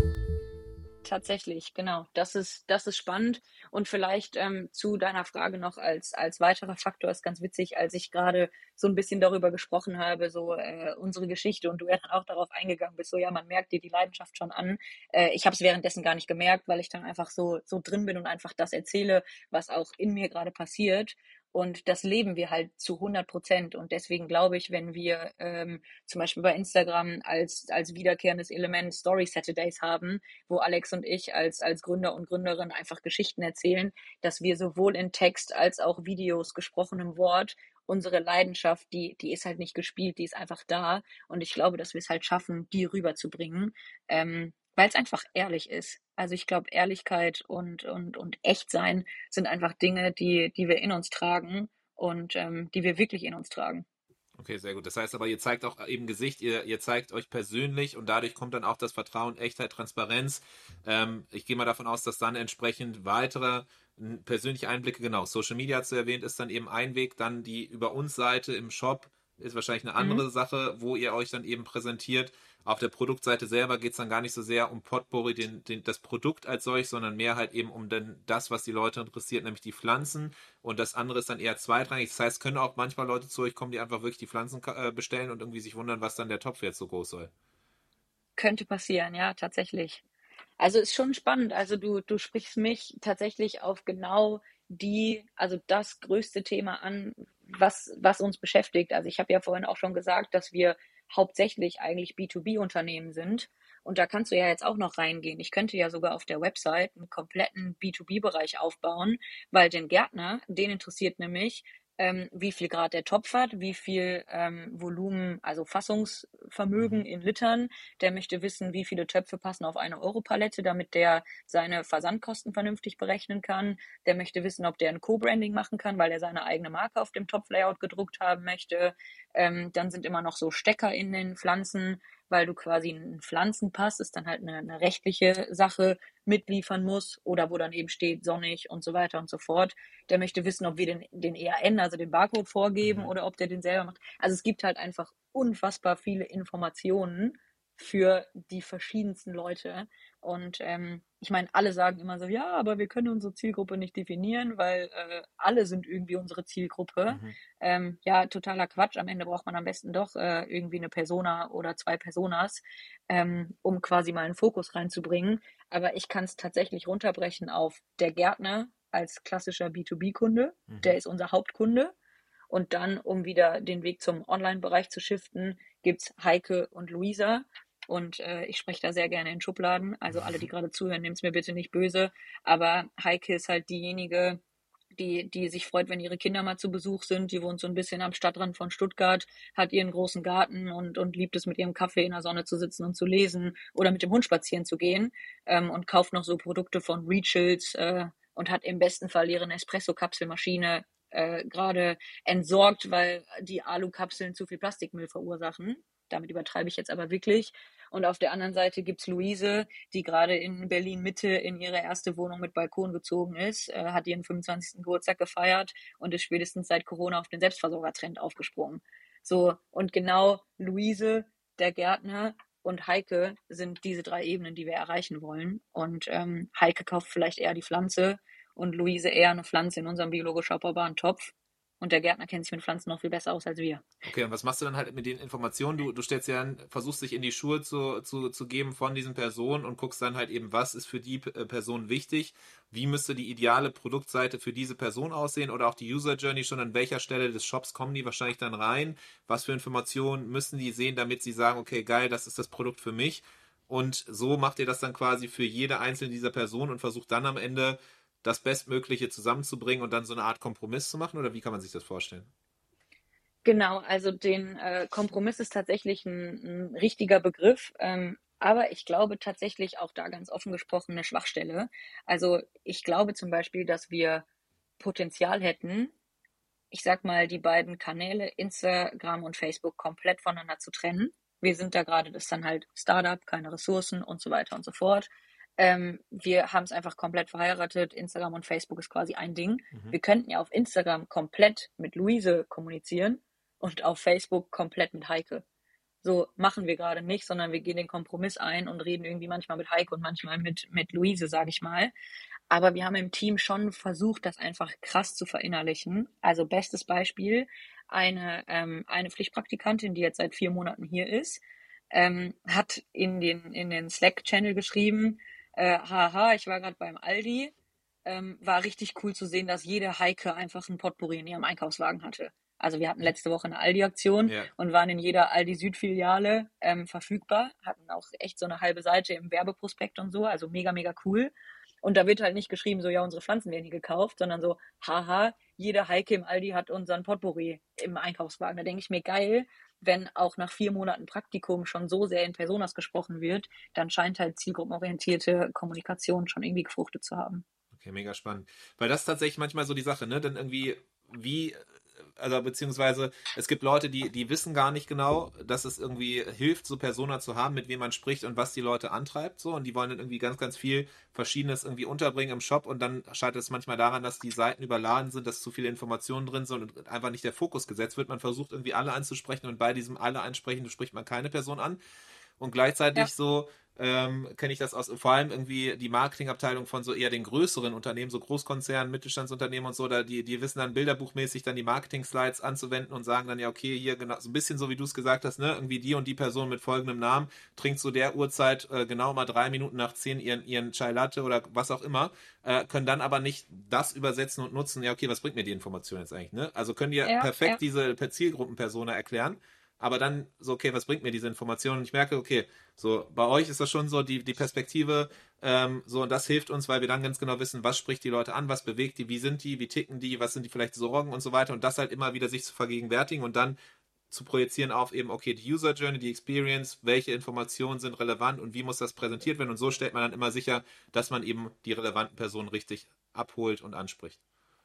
Tatsächlich, genau. Das ist, das ist spannend. Und vielleicht ähm, zu deiner Frage noch als, als weiterer Faktor ist ganz witzig, als ich gerade so ein bisschen darüber gesprochen habe, so äh, unsere Geschichte und du ja dann auch darauf eingegangen bist, so ja, man merkt dir die Leidenschaft schon an. Äh, ich habe es währenddessen gar nicht gemerkt, weil ich dann einfach so, so drin bin und einfach das erzähle, was auch in mir gerade passiert. Und das leben wir halt zu hundert Prozent. Und deswegen glaube ich, wenn wir ähm, zum Beispiel bei Instagram als, als wiederkehrendes Element Story Saturdays haben, wo Alex und ich als, als Gründer und Gründerin einfach Geschichten erzählen, dass wir sowohl in Text als auch Videos, gesprochenem Wort, unsere Leidenschaft, die, die ist halt nicht gespielt, die ist einfach da. Und ich glaube, dass wir es halt schaffen, die rüberzubringen, ähm, weil es einfach ehrlich ist. Also ich glaube, Ehrlichkeit und, und, und Echtsein sind einfach Dinge, die, die wir in uns tragen und ähm, die wir wirklich in uns tragen. Okay, sehr gut. Das heißt aber, ihr zeigt auch eben Gesicht, ihr, ihr zeigt euch persönlich und dadurch kommt dann auch das Vertrauen, Echtheit, Transparenz. Ähm, ich gehe mal davon aus, dass dann entsprechend weitere n, persönliche Einblicke, genau, Social Media hast du erwähnt, ist dann eben ein Weg, dann die über uns Seite im Shop ist wahrscheinlich eine Mhm. andere Sache, wo ihr euch dann eben präsentiert. Auf der Produktseite selber geht es dann gar nicht so sehr um Potpourri, den, den, das Produkt als solch, sondern mehr halt eben um den, das, was die Leute interessiert, nämlich die Pflanzen. Und das andere ist dann eher zweitrangig. Das heißt, können auch manchmal Leute zu euch kommen, die einfach wirklich die Pflanzen äh, bestellen und irgendwie sich wundern, was dann der Topf jetzt so groß soll. Könnte passieren, ja, tatsächlich. Also ist schon spannend. Also du, du sprichst mich tatsächlich auf genau die, also das größte Thema an, was, was uns beschäftigt. Also ich habe ja vorhin auch schon gesagt, dass wir hauptsächlich eigentlich B zwei B-Unternehmen sind. Und da kannst du ja jetzt auch noch reingehen. Ich könnte ja sogar auf der Website einen kompletten B zwei B-Bereich aufbauen, weil den Gärtner, den interessiert nämlich, ähm, wie viel Grad der Topf hat, wie viel ähm, Volumen, also Fassungsvermögen Mhm. in Litern. Der möchte wissen, wie viele Töpfe passen auf eine Europalette, damit der seine Versandkosten vernünftig berechnen kann. Der möchte wissen, ob der ein Co-Branding machen kann, weil er seine eigene Marke auf dem Topflayout gedruckt haben möchte. Ähm, dann sind immer noch so Stecker in den Pflanzen, weil du quasi einen Pflanzenpass, ist dann halt eine, eine rechtliche Sache, mitliefern muss oder wo dann eben steht sonnig und so weiter und so fort. Der möchte wissen, ob wir den, den E A N, also den Barcode vorgeben Mhm. oder ob der den selber macht. Also es gibt halt einfach unfassbar viele Informationen für die verschiedensten Leute. Und ähm, ich meine, alle sagen immer so, ja, aber wir können unsere Zielgruppe nicht definieren, weil äh, alle sind irgendwie unsere Zielgruppe. Mhm. Ähm, ja, totaler Quatsch. Am Ende braucht man am besten doch äh, irgendwie eine Persona oder zwei Personas, ähm, um quasi mal einen Fokus reinzubringen. Aber ich kann es tatsächlich runterbrechen auf der Gärtner als klassischer B zwei B-Kunde. Der Mhm. ist unser Hauptkunde. Und dann, um wieder den Weg zum Online-Bereich zu shiften, gibt's Heike und Luisa. Und äh, ich spreche da sehr gerne in Schubladen. Also alle, die gerade zuhören, nehmt es mir bitte nicht böse. Aber Heike ist halt diejenige, die, die sich freut, wenn ihre Kinder mal zu Besuch sind. Die wohnt so ein bisschen am Stadtrand von Stuttgart, hat ihren großen Garten und, und liebt es, mit ihrem Kaffee in der Sonne zu sitzen und zu lesen oder mit dem Hund spazieren zu gehen, ähm, und kauft noch so Produkte von Rituals äh, und hat im besten Fall ihre Nespresso-Kapselmaschine äh, gerade entsorgt, weil die Alukapseln zu viel Plastikmüll verursachen. Damit übertreibe ich jetzt aber wirklich. Und auf der anderen Seite gibt's Luise, die gerade in Berlin Mitte in ihre erste Wohnung mit Balkon gezogen ist, äh, hat ihren fünfundzwanzigsten Geburtstag gefeiert und ist spätestens seit Corona auf den Selbstversorgertrend aufgesprungen. So, und genau Luise, der Gärtner und Heike sind diese drei Ebenen, die wir erreichen wollen. Und ähm, Heike kauft vielleicht eher die Pflanze und Luise eher eine Pflanze in unserem biologisch abbaubaren Topf. Und der Gärtner kennt sich mit Pflanzen noch viel besser aus als wir. Okay, und was machst du dann halt mit den Informationen? Du, du stellst ja, versuchst dich in die Schuhe zu, zu, zu geben von diesen Personen und guckst dann halt eben, was ist für die äh, Person wichtig, wie müsste die ideale Produktseite für diese Person aussehen oder auch die User Journey schon, an welcher Stelle des Shops kommen die wahrscheinlich dann rein, was für Informationen müssen die sehen, damit sie sagen, okay, geil, das ist das Produkt für mich. Und so macht ihr das dann quasi für jede einzelne dieser Personen und versucht dann am Ende das Bestmögliche zusammenzubringen und dann so eine Art Kompromiss zu machen, oder wie kann man sich das vorstellen? Genau, also den äh, Kompromiss ist tatsächlich ein, ein richtiger Begriff, ähm, aber ich glaube tatsächlich auch da ganz offen gesprochen eine Schwachstelle. Also ich glaube zum Beispiel, dass wir Potenzial hätten, ich sag mal, die beiden Kanäle Instagram und Facebook komplett voneinander zu trennen. Wir sind da gerade, das ist dann halt Startup, keine Ressourcen und so weiter und so fort. Ähm, wir haben es einfach komplett verheiratet. Instagram und Facebook ist quasi ein Ding. Mhm. Wir könnten ja auf Instagram komplett mit Luise kommunizieren und auf Facebook komplett mit Heike. So machen wir gerade nicht, sondern wir gehen den Kompromiss ein und reden irgendwie manchmal mit Heike und manchmal mit, mit Luise, sage ich mal. Aber wir haben im Team schon versucht, das einfach krass zu verinnerlichen. Also bestes Beispiel, eine, ähm, eine Pflichtpraktikantin, die jetzt seit vier Monaten hier ist, ähm, hat in den, in den Slack-Channel geschrieben, äh, haha, ich war gerade beim Aldi, ähm, war richtig cool zu sehen, dass jede Heike einfach ein Potpourri in ihrem Einkaufswagen hatte. Also wir hatten letzte Woche eine Aldi-Aktion Ja. und waren in jeder Aldi-Süd-Filiale ähm, verfügbar, hatten auch echt so eine halbe Seite im Werbeprospekt und so, also mega, mega cool. Und da wird halt nicht geschrieben, so, ja, unsere Pflanzen werden hier gekauft, sondern so, haha, jede Heike im Aldi hat unseren Potpourri im Einkaufswagen. Da denke ich mir, geil, wenn auch nach vier Monaten Praktikum schon so sehr in Personas gesprochen wird, dann scheint halt zielgruppenorientierte Kommunikation schon irgendwie gefruchtet zu haben. Okay, mega spannend. Weil das ist tatsächlich manchmal so die Sache, ne? Dann irgendwie, wie, also beziehungsweise es gibt Leute, die, die wissen gar nicht genau, dass es irgendwie hilft, so Persona zu haben, mit wem man spricht und was die Leute antreibt, so, und die wollen dann irgendwie ganz, ganz viel Verschiedenes irgendwie unterbringen im Shop und dann scheitert es manchmal daran, dass die Seiten überladen sind, dass zu viele Informationen drin sind und einfach nicht der Fokus gesetzt wird. Man versucht irgendwie alle anzusprechen und bei diesem alle ansprechen spricht man keine Person an. Und gleichzeitig Ja. so ähm, kenne ich das aus, vor allem irgendwie die Marketingabteilung von so eher den größeren Unternehmen, so Großkonzernen, Mittelstandsunternehmen und so, da die, die wissen dann bilderbuchmäßig dann die Marketing-Slides anzuwenden und sagen dann, ja, okay, hier genau, so ein bisschen so wie du es gesagt hast, ne, irgendwie die und die Person mit folgendem Namen trinkt zu der Uhrzeit äh, genau mal drei Minuten nach zehn ihren, ihren Chai Latte oder was auch immer, äh, können dann aber nicht das übersetzen und nutzen, ja, okay, was bringt mir die Information jetzt eigentlich, ne? Also können die Ja, perfekt ja. diese Zielgruppenpersona erklären, aber dann so, okay, was bringt mir diese Information? Und ich merke, okay, so bei euch ist das schon so die, die Perspektive, ähm, so, und das hilft uns, weil wir dann ganz genau wissen, was spricht die Leute an, was bewegt die, wie sind die, wie ticken die, was sind die vielleicht Sorgen und so weiter, und das halt immer wieder sich zu vergegenwärtigen und dann zu projizieren auf eben, okay, die User Journey, die Experience, welche Informationen sind relevant und wie muss das präsentiert werden, und so stellt man dann immer sicher, dass man eben die relevanten Personen richtig abholt und anspricht.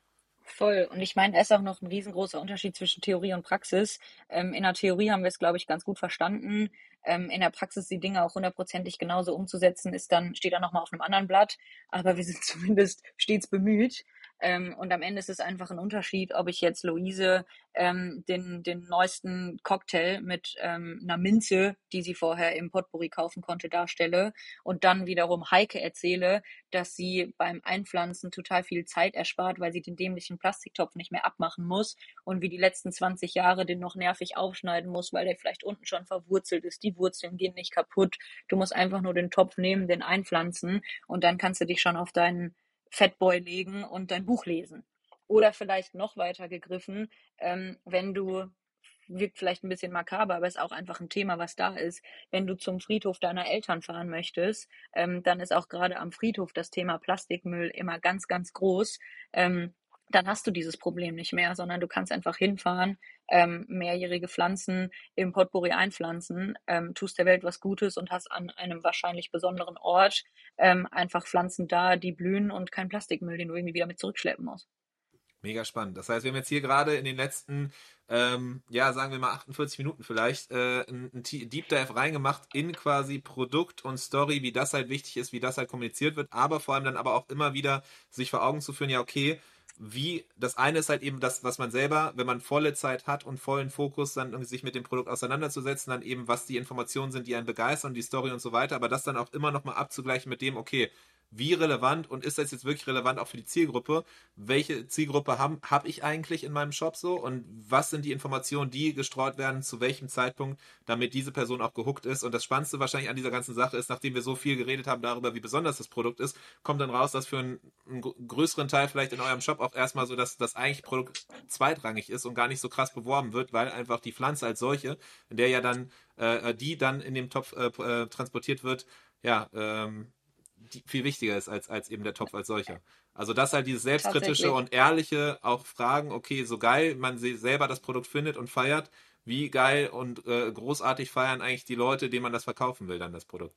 Voll. Und ich meine, da ist auch noch ein riesengroßer Unterschied zwischen Theorie und Praxis. Ähm, in der Theorie haben wir es, glaube ich, ganz gut verstanden. Ähm, in der Praxis die Dinge auch hundertprozentig genauso umzusetzen, ist dann, steht dann nochmal auf einem anderen Blatt. Aber wir sind zumindest stets bemüht. Ähm, und am Ende ist es einfach ein Unterschied, ob ich jetzt Luise ähm, den, den neuesten Cocktail mit ähm, einer Minze, die sie vorher im Potpourri kaufen konnte, darstelle und dann wiederum Heike erzähle, dass sie beim Einpflanzen total viel Zeit erspart, weil sie den dämlichen Plastiktopf nicht mehr abmachen muss und wie die letzten zwanzig Jahre den noch nervig aufschneiden muss, weil der vielleicht unten schon verwurzelt ist. Die Wurzeln gehen nicht kaputt. Du musst einfach nur den Topf nehmen, den einpflanzen und dann kannst du dich schon auf deinen Fatboy legen und dein Buch lesen. Oder vielleicht noch weiter gegriffen, ähm, wenn du, wirkt vielleicht ein bisschen makaber, aber ist auch einfach ein Thema, was da ist. Wenn du zum Friedhof deiner Eltern fahren möchtest, ähm, dann ist auch gerade am Friedhof das Thema Plastikmüll immer ganz, ganz groß. Ähm, dann hast du dieses Problem nicht mehr, sondern du kannst einfach hinfahren, ähm, mehrjährige Pflanzen im Potpourri einpflanzen, ähm, tust der Welt was Gutes und hast an einem wahrscheinlich besonderen Ort ähm, einfach Pflanzen da, die blühen und kein Plastikmüll, den du irgendwie wieder mit zurückschleppen musst. Mega spannend. Das heißt, wir haben jetzt hier gerade in den letzten, ähm, ja, sagen wir mal achtundvierzig Minuten vielleicht, äh, einen Deep Dive reingemacht in quasi Produkt und Story, wie das halt wichtig ist, wie das halt kommuniziert wird, aber vor allem dann aber auch immer wieder sich vor Augen zu führen, ja, okay, wie, das eine ist halt eben das, was man selber, wenn man volle Zeit hat und vollen Fokus, dann irgendwie sich mit dem Produkt auseinanderzusetzen, dann eben, was die Informationen sind, die einen begeistern, die Story und so weiter, aber das dann auch immer nochmal abzugleichen mit dem, okay, wie relevant und ist das jetzt wirklich relevant auch für die Zielgruppe? Welche Zielgruppe habe hab ich eigentlich in meinem Shop so? Und was sind die Informationen, die gestreut werden, zu welchem Zeitpunkt, damit diese Person auch gehuckt ist? Und das Spannendste wahrscheinlich an dieser ganzen Sache ist, nachdem wir so viel geredet haben darüber, wie besonders das Produkt ist, kommt dann raus, dass für einen, einen größeren Teil vielleicht in eurem Shop auch erstmal so, dass das eigentlich Produkt zweitrangig ist und gar nicht so krass beworben wird, weil einfach die Pflanze als solche, in der ja dann, äh, die dann in dem Topf äh, äh, transportiert wird, ja, ähm, die viel wichtiger ist als, als eben der Topf als solcher. Also das halt dieses selbstkritische Tatsächlich. und ehrliche auch fragen, okay, so geil man selber das Produkt findet und feiert, wie geil und äh, großartig feiern eigentlich die Leute, denen man das verkaufen will, dann das Produkt.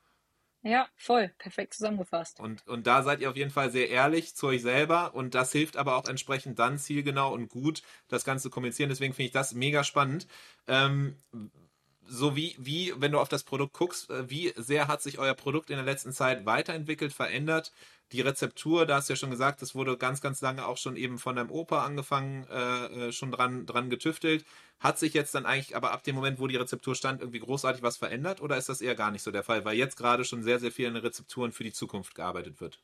Ja, voll. Perfekt zusammengefasst. Und, und da seid ihr auf jeden Fall sehr ehrlich zu euch selber, und das hilft aber auch entsprechend dann zielgenau und gut das Ganze zu kommunizieren. Deswegen finde ich das mega spannend. Ähm, so wie, wie, wenn du auf das Produkt guckst, wie sehr hat sich euer Produkt in der letzten Zeit weiterentwickelt, verändert? Die Rezeptur, da hast du ja schon gesagt, das wurde ganz, ganz lange auch schon eben von deinem Opa angefangen, äh, schon dran, dran getüftelt. Hat sich jetzt dann eigentlich aber ab dem Moment, wo die Rezeptur stand, irgendwie großartig was verändert oder ist das eher gar nicht so der Fall, weil jetzt gerade schon sehr, sehr viel in Rezepturen für die Zukunft gearbeitet wird?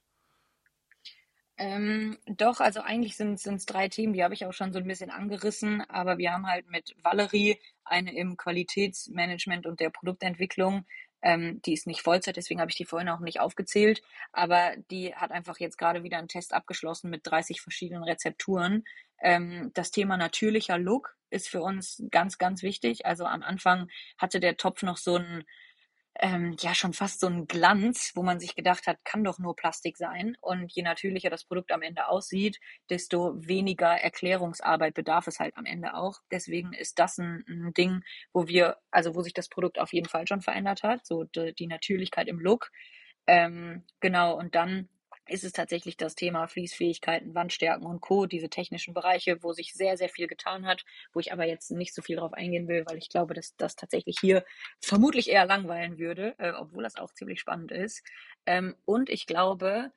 Ähm, doch, also eigentlich sind es drei Themen, die habe ich auch schon so ein bisschen angerissen, aber wir haben halt mit Valerie eine im Qualitätsmanagement und der Produktentwicklung, ähm, die ist nicht Vollzeit, deswegen habe ich die vorhin auch nicht aufgezählt, aber die hat einfach jetzt gerade wieder einen Test abgeschlossen mit dreißig verschiedenen Rezepturen. Ähm, das Thema natürlicher Look ist für uns ganz, ganz wichtig. Also am Anfang hatte der Topf noch so ein ähm, ja schon fast so ein Glanz, wo man sich gedacht hat, kann doch nur Plastik sein. Und je natürlicher das Produkt am Ende aussieht, desto weniger Erklärungsarbeit bedarf es halt am Ende auch. Deswegen ist das ein, ein Ding, wo wir, also wo sich das Produkt auf jeden Fall schon verändert hat, so die, die Natürlichkeit im Look. Ähm, genau, und dann ist es tatsächlich das Thema Fließfähigkeiten, Wandstärken und Co., diese technischen Bereiche, wo sich sehr, sehr viel getan hat, wo ich aber jetzt nicht so viel drauf eingehen will, weil ich glaube, dass das tatsächlich hier vermutlich eher langweilen würde, äh, obwohl das auch ziemlich spannend ist. Ähm, und ich glaube,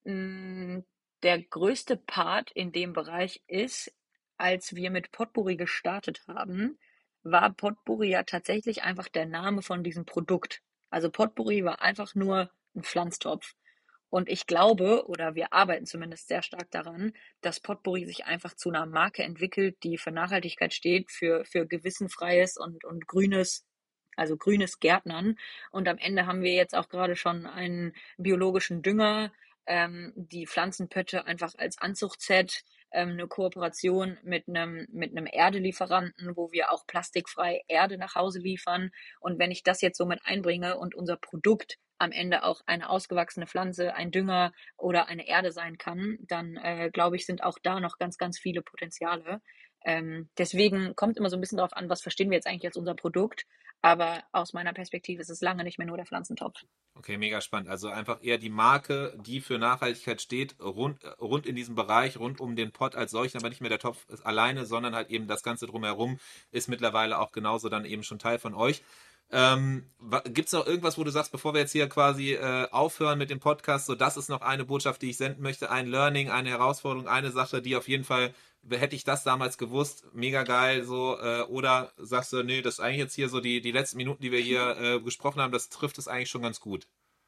mh, der größte Part in dem Bereich ist, als wir mit Potpourri gestartet haben, war Potpourri ja tatsächlich einfach der Name von diesem Produkt. Also Potpourri war einfach nur ein Pflanztopf. Und ich glaube, oder wir arbeiten zumindest sehr stark daran, dass Potpourri sich einfach zu einer Marke entwickelt, die für Nachhaltigkeit steht, für, für gewissenfreies und, und grünes, also grünes Gärtnern. Und am Ende haben wir jetzt auch gerade schon einen biologischen Dünger, ähm, die Pflanzenpötte einfach als Anzuchtset, ähm, eine Kooperation mit einem, mit einem Erdelieferanten, wo wir auch plastikfrei Erde nach Hause liefern. Und wenn ich das jetzt so mit einbringe und unser Produkt am Ende auch eine ausgewachsene Pflanze, ein Dünger oder eine Erde sein kann, dann äh, glaube ich, sind auch da noch ganz, ganz viele Potenziale. Ähm, deswegen kommt immer so ein bisschen darauf an, was verstehen wir jetzt eigentlich als unser Produkt. Aber aus meiner Perspektive ist es lange nicht mehr nur der Pflanzentopf. Okay, mega spannend. Also einfach eher die Marke, die für Nachhaltigkeit steht, rund, rund in diesem Bereich, rund um den Pott als solchen, aber nicht mehr der Topf ist alleine, sondern halt eben das Ganze drumherum ist mittlerweile auch genauso dann eben schon Teil von euch. Ähm, gibt es noch irgendwas, wo du sagst, bevor wir jetzt hier quasi äh, aufhören mit dem Podcast, so das ist noch eine Botschaft, die ich senden möchte, ein Learning, eine Herausforderung, eine Sache, die auf jeden Fall, hätte ich das damals gewusst, mega geil, so, äh, oder sagst du, nee, das ist eigentlich jetzt hier so die, die letzten Minuten, die wir hier äh, gesprochen haben, das trifft es eigentlich schon ganz gut.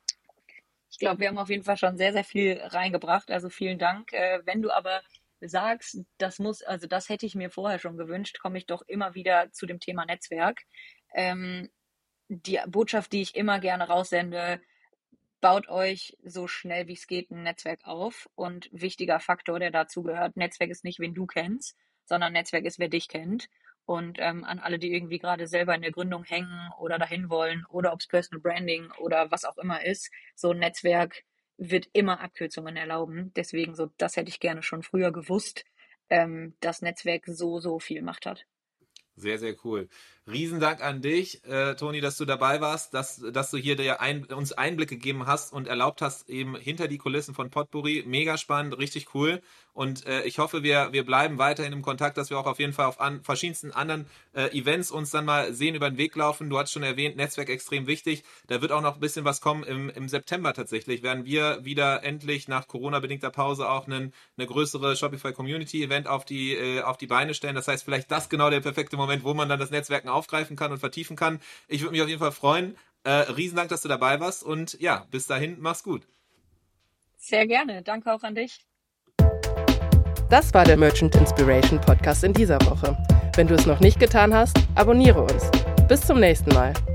Ich glaube, wir haben auf jeden Fall schon sehr, sehr viel reingebracht, also vielen Dank. Äh, wenn du aber sagst, das muss, also das hätte ich mir vorher schon gewünscht, komme ich doch immer wieder zu dem Thema Netzwerk. Ähm, Die Botschaft, die ich immer gerne raussende, baut euch so schnell wie es geht ein Netzwerk auf. Und wichtiger Faktor, der dazu gehört, Netzwerk ist nicht, wen du kennst, sondern Netzwerk ist, wer dich kennt. Und ähm, an alle, die irgendwie gerade selber in der Gründung hängen oder dahin wollen oder ob es Personal Branding oder was auch immer ist, so ein Netzwerk wird immer Abkürzungen erlauben. Deswegen, so das hätte ich gerne schon früher gewusst, ähm, dass Netzwerk so, so viel Macht hat. Sehr, sehr cool. Riesendank an dich, äh, Toni, dass du dabei warst, dass, dass du hier der ein, uns Einblick gegeben hast und erlaubt hast, eben hinter die Kulissen von Potpourri. Mega spannend, richtig cool. Und äh, ich hoffe, wir, wir bleiben weiterhin im Kontakt, dass wir auch auf jeden Fall auf an, verschiedensten anderen äh, Events uns dann mal sehen, über den Weg laufen. Du hast schon erwähnt, Netzwerk extrem wichtig. Da wird auch noch ein bisschen was kommen. Im, im September tatsächlich werden wir wieder endlich nach Corona-bedingter Pause auch einen, eine größere Shopify-Community-Event auf die, äh, auf die Beine stellen. Das heißt, vielleicht das genau der perfekte Moment, wo man dann das Netzwerken aufgreifen kann und vertiefen kann. Ich würde mich auf jeden Fall freuen. Äh, Riesendank, dass du dabei warst und ja, bis dahin, mach's gut. Sehr gerne. Danke auch an dich. Das war der Merchant Inspiration Podcast in dieser Woche. Wenn du es noch nicht getan hast, abonniere uns. Bis zum nächsten Mal.